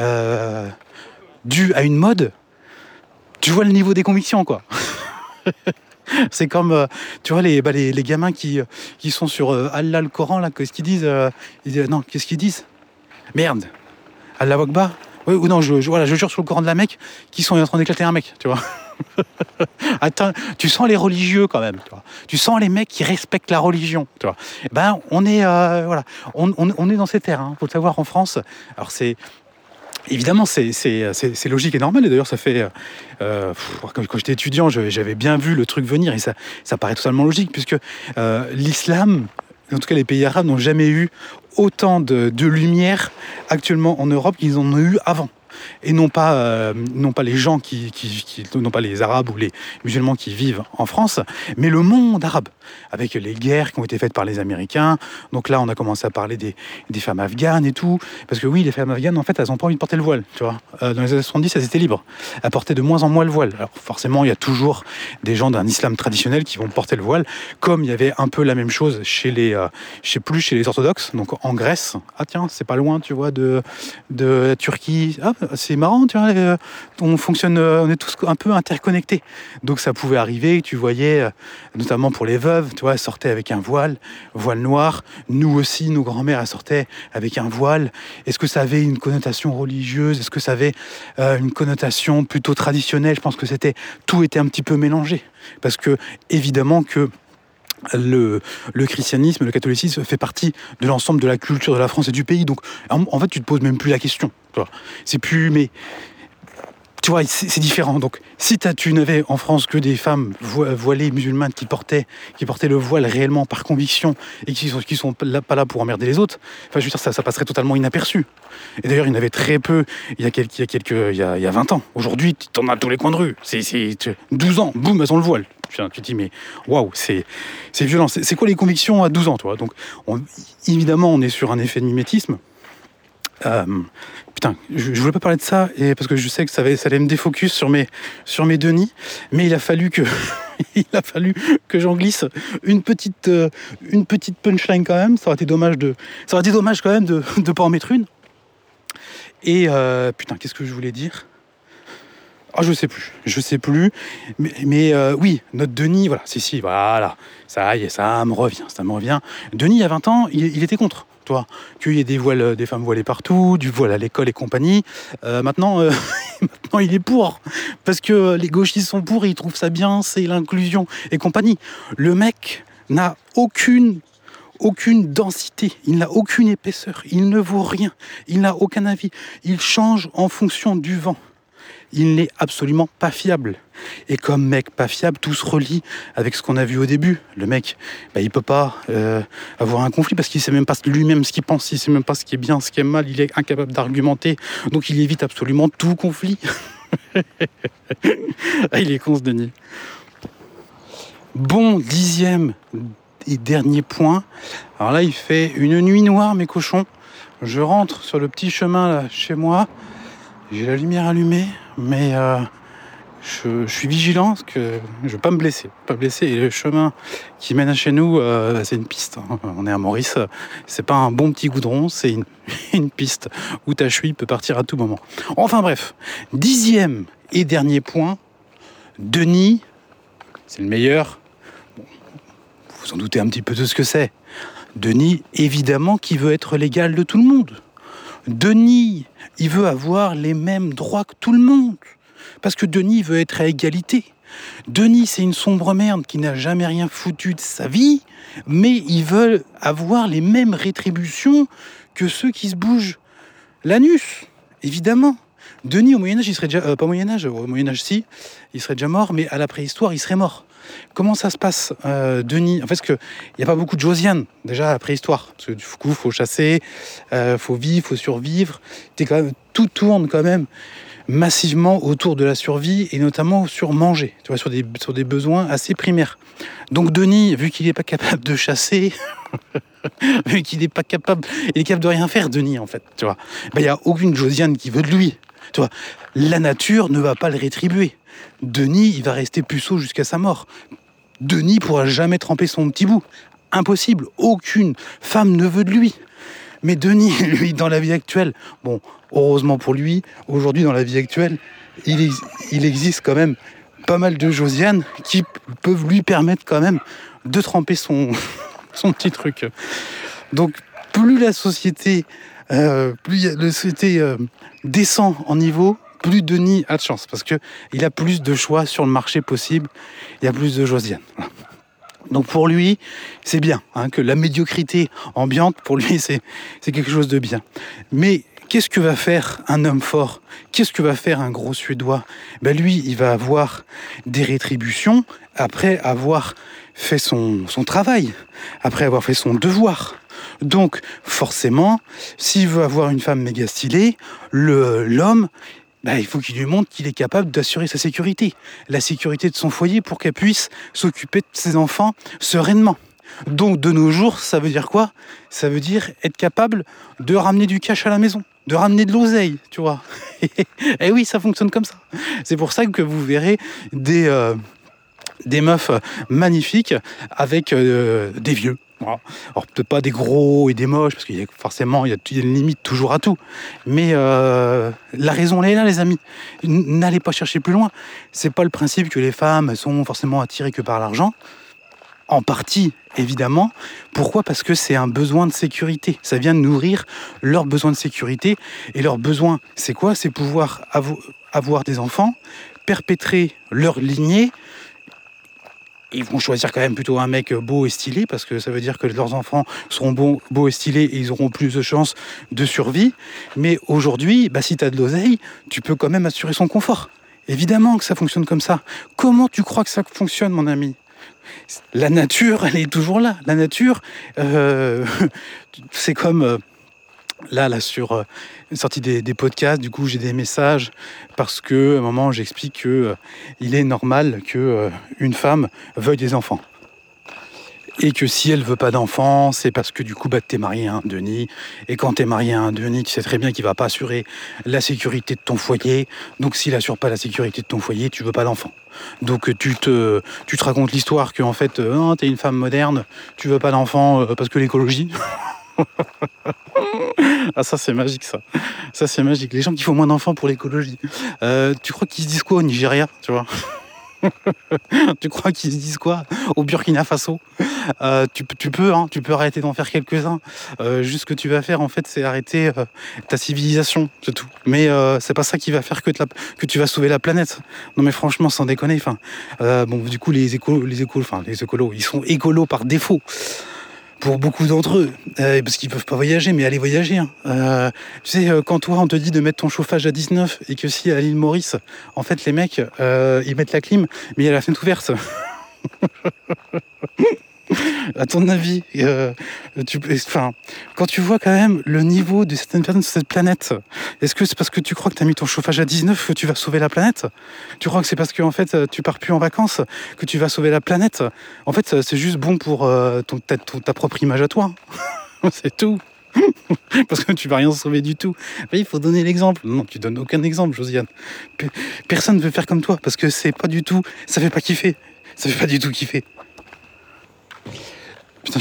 dû à une mode, tu vois le niveau des convictions, quoi. C'est comme, tu vois, les gamins qui sont sur Allah, le Coran, là, qu'est-ce qu'ils disent, non, qu'est-ce qu'ils disent? Merde, Allah Akbar. Oui, ou non, je jure sur le Coran de la Mecque qu'ils sont en train d'éclater un mec, tu vois. Attends, tu sens les religieux quand même, tu vois. Tu sens les mecs qui respectent la religion, tu vois. Ben, on est, voilà, on est dans ces terres, hein. Faut le savoir en France. Alors évidemment, c'est logique et normal. Et d'ailleurs, ça fait... quand j'étais étudiant, j'avais bien vu le truc venir. Et ça paraît totalement logique, puisque l'islam, en tout cas les pays arabes, n'ont jamais eu autant de lumière actuellement en Europe qu'ils en ont eu avant. Et non pas les gens non pas les Arabes ou les musulmans qui vivent en France, mais le monde arabe, avec les guerres qui ont été faites par les Américains. Donc là, on a commencé à parler des femmes afghanes et tout, parce que oui, les femmes afghanes, en fait, elles n'ont pas envie de porter le voile, tu vois. Dans les années 70, elles étaient libres. Elles portaient de moins en moins le voile. Alors forcément, il y a toujours des gens d'un islam traditionnel qui vont porter le voile, comme il y avait un peu la même chose chez les orthodoxes, donc en Grèce. Ah tiens, c'est pas loin, tu vois, de la Turquie. Ah, c'est marrant, tu vois, on fonctionne, on est tous un peu interconnectés. Donc ça pouvait arriver, tu voyais, notamment pour les veuves, tu vois, elles sortaient avec un voile noir. Nous aussi, nos grands-mères, elles sortaient avec un voile. Est-ce que ça avait une connotation religieuse? Est-ce que ça avait une connotation plutôt traditionnelle? Je pense que tout était un petit peu mélangé. Parce que, évidemment que le christianisme, le catholicisme fait partie de l'ensemble de la culture de la France et du pays. Donc, en fait, tu te poses même plus la question. Tu vois. C'est plus... Mais, tu vois, c'est différent. Donc, si tu n'avais en France que des femmes voilées musulmanes qui portaient le voile réellement par conviction et qui sont pas là pour emmerder les autres, enfin, je veux dire, ça passerait totalement inaperçu. Et d'ailleurs, il y en avait très peu il y a 20 ans. Aujourd'hui, tu en as à tous les coins de rue. C'est 12 ans, boum, elles ont le voile. Tu te dis, mais waouh, c'est violent. C'est quoi les convictions à 12 ans, toi? Donc, évidemment, on est sur un effet de mimétisme. Putain, je voulais pas parler de ça parce que je sais que ça allait me défocus sur mes Denis, mais il a fallu que j'en glisse une petite punchline quand même. Ça aurait été dommage quand même de pas en mettre une. Et putain, qu'est-ce que je voulais dire? Ah, je sais plus. Mais oui, notre Denis, voilà, voilà, ça y est, ça me revient. Denis, il y a 20 ans, il était contre. Toi, qu'il y ait des femmes voilées partout, du voile à l'école et compagnie. Maintenant, il est pour. Parce que les gauchistes sont pour et ils trouvent ça bien, c'est l'inclusion et compagnie. Le mec n'a aucune densité, il n'a aucune épaisseur, il ne vaut rien, il n'a aucun avis. Il change en fonction du vent. Il n'est absolument pas fiable. Et comme mec pas fiable, tout se relie avec ce qu'on a vu au début. Le mec, il peut pas avoir un conflit parce qu'il sait même pas lui-même ce qu'il pense, il sait même pas ce qui est bien, ce qui est mal, il est incapable d'argumenter, donc il évite absolument tout conflit. Il est con ce Denis. Bon, 10e et dernier point. Alors là, il fait une nuit noire, mes cochons. Je rentre sur le petit chemin là, chez moi. J'ai la lumière allumée, mais je suis vigilant parce que je ne veux pas me blesser. Et le chemin qui mène à chez nous, c'est une piste. Hein. On est à Maurice, c'est pas un bon petit goudron, c'est une piste où ta cheville peut partir à tout moment. Enfin bref, 10e et dernier point, Denis, c'est le meilleur. Bon, vous vous en doutez un petit peu de ce que c'est. Denis, évidemment, qui veut être l'égal de tout le monde. Denis, il veut avoir les mêmes droits que tout le monde. Parce que Denis veut être à égalité. Denis, c'est une sombre merde qui n'a jamais rien foutu de sa vie, mais il veut avoir les mêmes rétributions que ceux qui se bougent l'anus, évidemment. Denis, au Moyen-Âge, il serait déjà... pas au Moyen-Âge, au Moyen-Âge, si, il serait déjà mort, mais à la préhistoire, il serait mort. Comment ça se passe, Denis? En fait, parce qu'il n'y a pas beaucoup de Josiane, déjà, à la préhistoire. Parce que du coup, il faut chasser, faut vivre, faut survivre. Tout tourne quand même massivement autour de la survie et notamment sur manger, tu vois, sur des besoins assez primaires. Donc Denis, vu qu'il n'est pas capable de chasser, vu qu'il n'est pas capable, il est capable de rien faire, Denis, en fait, tu vois. Il n'y a aucune Josiane qui veut de lui, tu vois. La nature ne va pas le rétribuer. Denis, il va rester puceau jusqu'à sa mort. Denis pourra jamais tremper son petit bout. Impossible. Aucune femme ne veut de lui. Mais Denis, lui, dans la vie actuelle, bon, heureusement pour lui, aujourd'hui, dans la vie actuelle, il existe quand même pas mal de Josiane qui peuvent lui permettre quand même de tremper son petit truc. Donc, plus la société, descend en niveau, plus Denis a de chance, parce qu'il a plus de choix sur le marché possible, il y a plus de Josiane. Voilà. Donc pour lui, c'est bien, que la médiocrité ambiante, pour lui, c'est quelque chose de bien. Mais qu'est-ce que va faire un homme fort? Qu'est-ce que va faire un gros Suédois? Lui, il va avoir des rétributions après avoir fait son travail, après avoir fait son devoir. Donc forcément, s'il veut avoir une femme méga stylée, l'homme, il faut qu'il lui montre qu'il est capable d'assurer sa sécurité, la sécurité de son foyer pour qu'elle puisse s'occuper de ses enfants sereinement. Donc de nos jours, ça veut dire quoi? Ça veut dire être capable de ramener du cash à la maison, de ramener de l'oseille, tu vois. Et oui, ça fonctionne comme ça. C'est pour ça que vous verrez des meufs magnifiques avec des vieux. Voilà. Alors peut-être pas des gros et des moches, parce qu'il y a forcément il y a une limite toujours à tout. Mais la raison elle est là, les amis. N'allez pas chercher plus loin. C'est pas le principe que les femmes sont forcément attirées que par l'argent. En partie, évidemment. Pourquoi? Parce que c'est un besoin de sécurité. Ça vient de nourrir leurs besoins de sécurité. Et leur besoin, c'est quoi? C'est pouvoir avoir des enfants, perpétrer leur lignée. Ils vont choisir quand même plutôt un mec beau et stylé, parce que ça veut dire que leurs enfants seront beaux et stylés et ils auront plus de chances de survie. Mais aujourd'hui, si tu as de l'oseille, tu peux quand même assurer son confort. Évidemment que ça fonctionne comme ça. Comment tu crois que ça fonctionne, mon ami? La nature, elle est toujours là. La nature, c'est comme... Là, sur une sortie des podcasts, du coup, j'ai des messages parce que, à un moment, j'explique que il est normal que une femme veuille des enfants. Et que si elle veut pas d'enfants, c'est parce que du coup, t'es marié à un Denis. Et quand t'es marié à un Denis, tu sais très bien qu'il va pas assurer la sécurité de ton foyer. Donc, s'il assure pas la sécurité de ton foyer, tu veux pas d'enfants. Donc, tu te racontes l'histoire que, en fait, t'es une femme moderne, tu veux pas d'enfants parce que l'écologie... Ah, ça c'est magique, ça. Ça c'est magique. Les gens qui font moins d'enfants pour l'écologie. Tu crois qu'ils se disent quoi au Nigeria, tu vois? Tu crois qu'ils se disent quoi au Burkina Faso? Tu peux arrêter d'en faire quelques-uns. Juste ce que tu vas faire, en fait, c'est arrêter ta civilisation, c'est tout. Mais c'est pas ça qui va faire que tu vas sauver la planète. Non mais franchement, sans déconner. Du coup, les écolos, ils sont écolos par défaut. Pour beaucoup d'entre eux, parce qu'ils peuvent pas voyager, mais allez voyager. Quand toi, on te dit de mettre ton chauffage à 19 et que si à l'île Maurice, en fait, les mecs, ils mettent la clim, mais il y a la fenêtre ouverte. À ton avis, quand tu vois quand même le niveau de certaines personnes sur cette planète, est-ce que c'est parce que tu crois que tu as mis ton chauffage à 19 que tu vas sauver la planète? Tu crois que c'est parce que en fait, tu pars plus en vacances que tu vas sauver la planète? En fait, c'est juste bon pour ta propre image à toi. C'est tout. Parce que tu vas rien sauver du tout. Mais il faut donner l'exemple. Non, tu donnes aucun exemple, Josiane. Personne ne veut faire comme toi parce que c'est pas du tout. Ça fait pas kiffer. Ça fait pas du tout kiffer. Putain,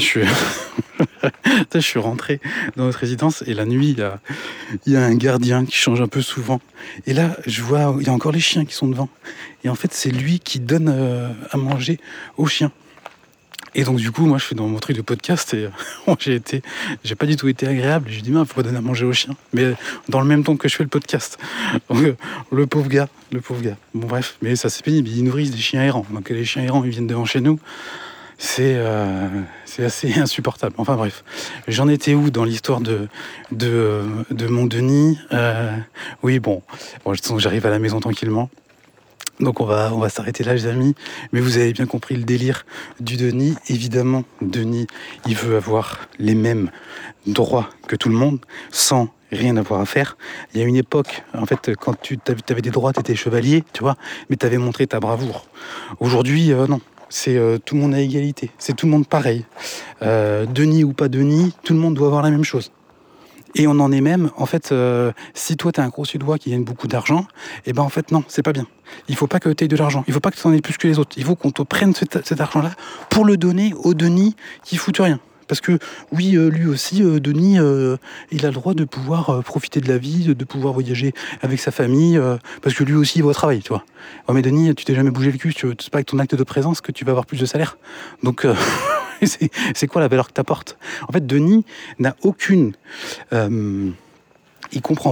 je suis rentré dans notre résidence et la nuit, il y a un gardien qui change un peu souvent. Et là, je vois, il y a encore les chiens qui sont devant. Et en fait, c'est lui qui donne à manger aux chiens. Et donc, du coup, moi, je suis dans mon truc de podcast et j'ai pas du tout été agréable. Je lui dis, faut pas donner à manger aux chiens. Mais dans le même temps que je fais le podcast. Donc, le pauvre gars. Bon, bref, mais ça, c'est pénible. Ils nourrissent des chiens errants. Donc, les chiens errants, ils viennent devant chez nous. C'est assez insupportable. Enfin bref, j'en étais où dans l'histoire de mon Denis? Oui, bon, j'arrive à la maison tranquillement. Donc on va s'arrêter là, les amis. Mais vous avez bien compris le délire du Denis. Évidemment, Denis, il veut avoir les mêmes droits que tout le monde, sans rien avoir à faire. Il y a une époque, en fait, quand tu avais des droits, tu étais chevalier, tu vois, mais tu avais montré ta bravoure. Aujourd'hui, non. C'est tout le monde à égalité, c'est tout le monde pareil. Denis ou pas Denis, tout le monde doit avoir la même chose. Et on en est même, en fait, si toi t'es un gros Suédois qui gagne beaucoup d'argent, en fait non, c'est pas bien. Il faut pas que tu aies de l'argent, il faut pas que tu en aies plus que les autres. Il faut qu'on te prenne cet argent-là pour le donner au Denis qui foutent rien. Parce que oui, lui aussi, Denis, il a le droit de pouvoir profiter de la vie, de pouvoir voyager avec sa famille, parce que lui aussi, il va au travail, tu vois. Oh, mais Denis, tu t'es jamais bougé le cul, c'est pas avec ton acte de présence que tu vas avoir plus de salaire. Donc, c'est quoi la valeur que t'apportes? En fait, Denis n'a aucune... il comprend pas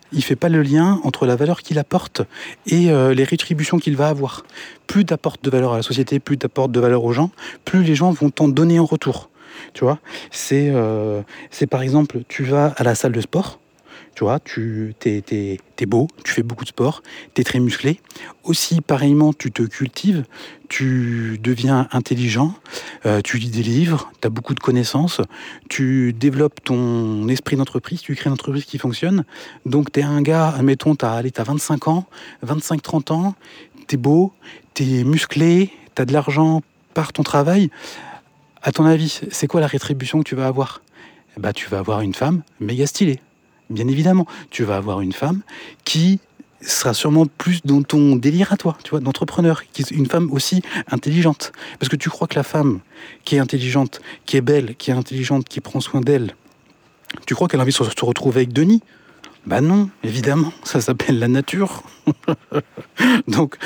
il fait pas le lien entre la valeur qu'il apporte et les rétributions qu'il va avoir. Plus tu apportes de valeur à la société, plus tu apportes de valeur aux gens, plus les gens vont t'en donner en retour. Tu vois, c'est par exemple, tu vas à la salle de sport, tu vois, t'es beau, tu fais beaucoup de sport, t'es très musclé. Aussi, pareillement, tu te cultives, tu deviens intelligent, tu lis des livres, tu as beaucoup de connaissances, tu développes ton esprit d'entreprise, tu crées une entreprise qui fonctionne. Donc, tu es un gars, admettons, tu as 25 ans, 25-30 ans, tu es beau, tu es musclé, tu as de l'argent par ton travail. À ton avis, c'est quoi la rétribution que tu vas avoir ? Bah, tu vas avoir une femme méga stylée. Bien évidemment, tu vas avoir une femme qui sera sûrement plus dans ton délire à toi, tu vois, d'entrepreneur, qui est une femme aussi intelligente. Parce que tu crois que la femme qui est intelligente, qui est belle, qui est intelligente, qui prend soin d'elle, tu crois qu'elle a envie de se retrouver avec Denis ? Bah non, évidemment, ça s'appelle la nature. Donc,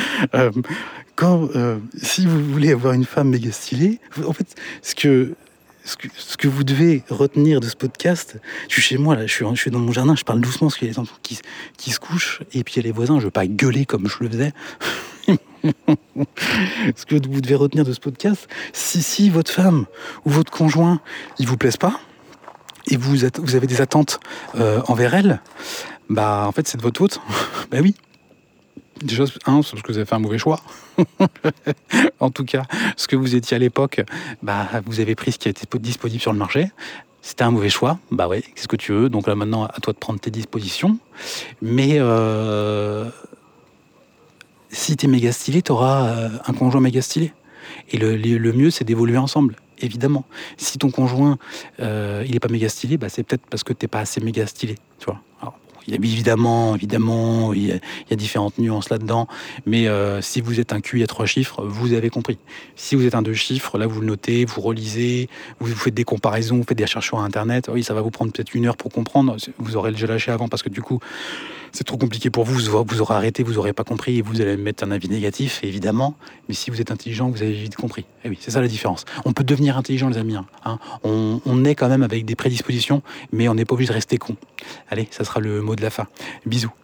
si vous voulez avoir une femme méga stylée, en fait, ce que vous devez retenir de ce podcast, je suis chez moi, là, je suis dans mon jardin, je parle doucement parce qu'il y a les enfants qui se couchent, et puis il y a les voisins, je veux pas gueuler comme je le faisais. Ce que vous devez retenir de ce podcast, si votre femme ou votre conjoint, il vous plaise pas, et vous avez des attentes envers elle, bah en fait c'est de votre faute. Bah oui. Déjà, c'est parce que vous avez fait un mauvais choix. En tout cas, ce que vous étiez à l'époque, bah vous avez pris ce qui était disponible sur le marché. C'était un mauvais choix, bah ouais, qu'est-ce que tu veux. Donc là maintenant, à toi de prendre tes dispositions. Mais si t'es méga stylé, t'auras un conjoint méga stylé. Et le mieux, c'est d'évoluer ensemble, évidemment. Si ton conjoint, il est pas méga stylé, bah c'est peut-être parce que t'es pas assez méga stylé, tu vois. Alors, il y a évidemment, il y a différentes nuances là-dedans, mais si vous êtes un QI à 3 chiffres, vous avez compris. Si vous êtes un 2 chiffres, là vous le notez, vous relisez, vous faites des comparaisons, vous faites des recherches sur Internet. Oui, ça va vous prendre peut-être 1 heure pour comprendre. Vous aurez déjà lâché avant parce que du coup, c'est trop compliqué pour vous. Vous aurez arrêté, vous n'aurez pas compris et vous allez mettre un avis négatif, évidemment. Mais si vous êtes intelligent, vous avez vite compris. Et oui, c'est ça la différence. On peut devenir intelligent, les amis. Hein. On est quand même avec des prédispositions, mais on n'est pas obligé de rester con. Allez, ça sera le mot de la fin. Bisous.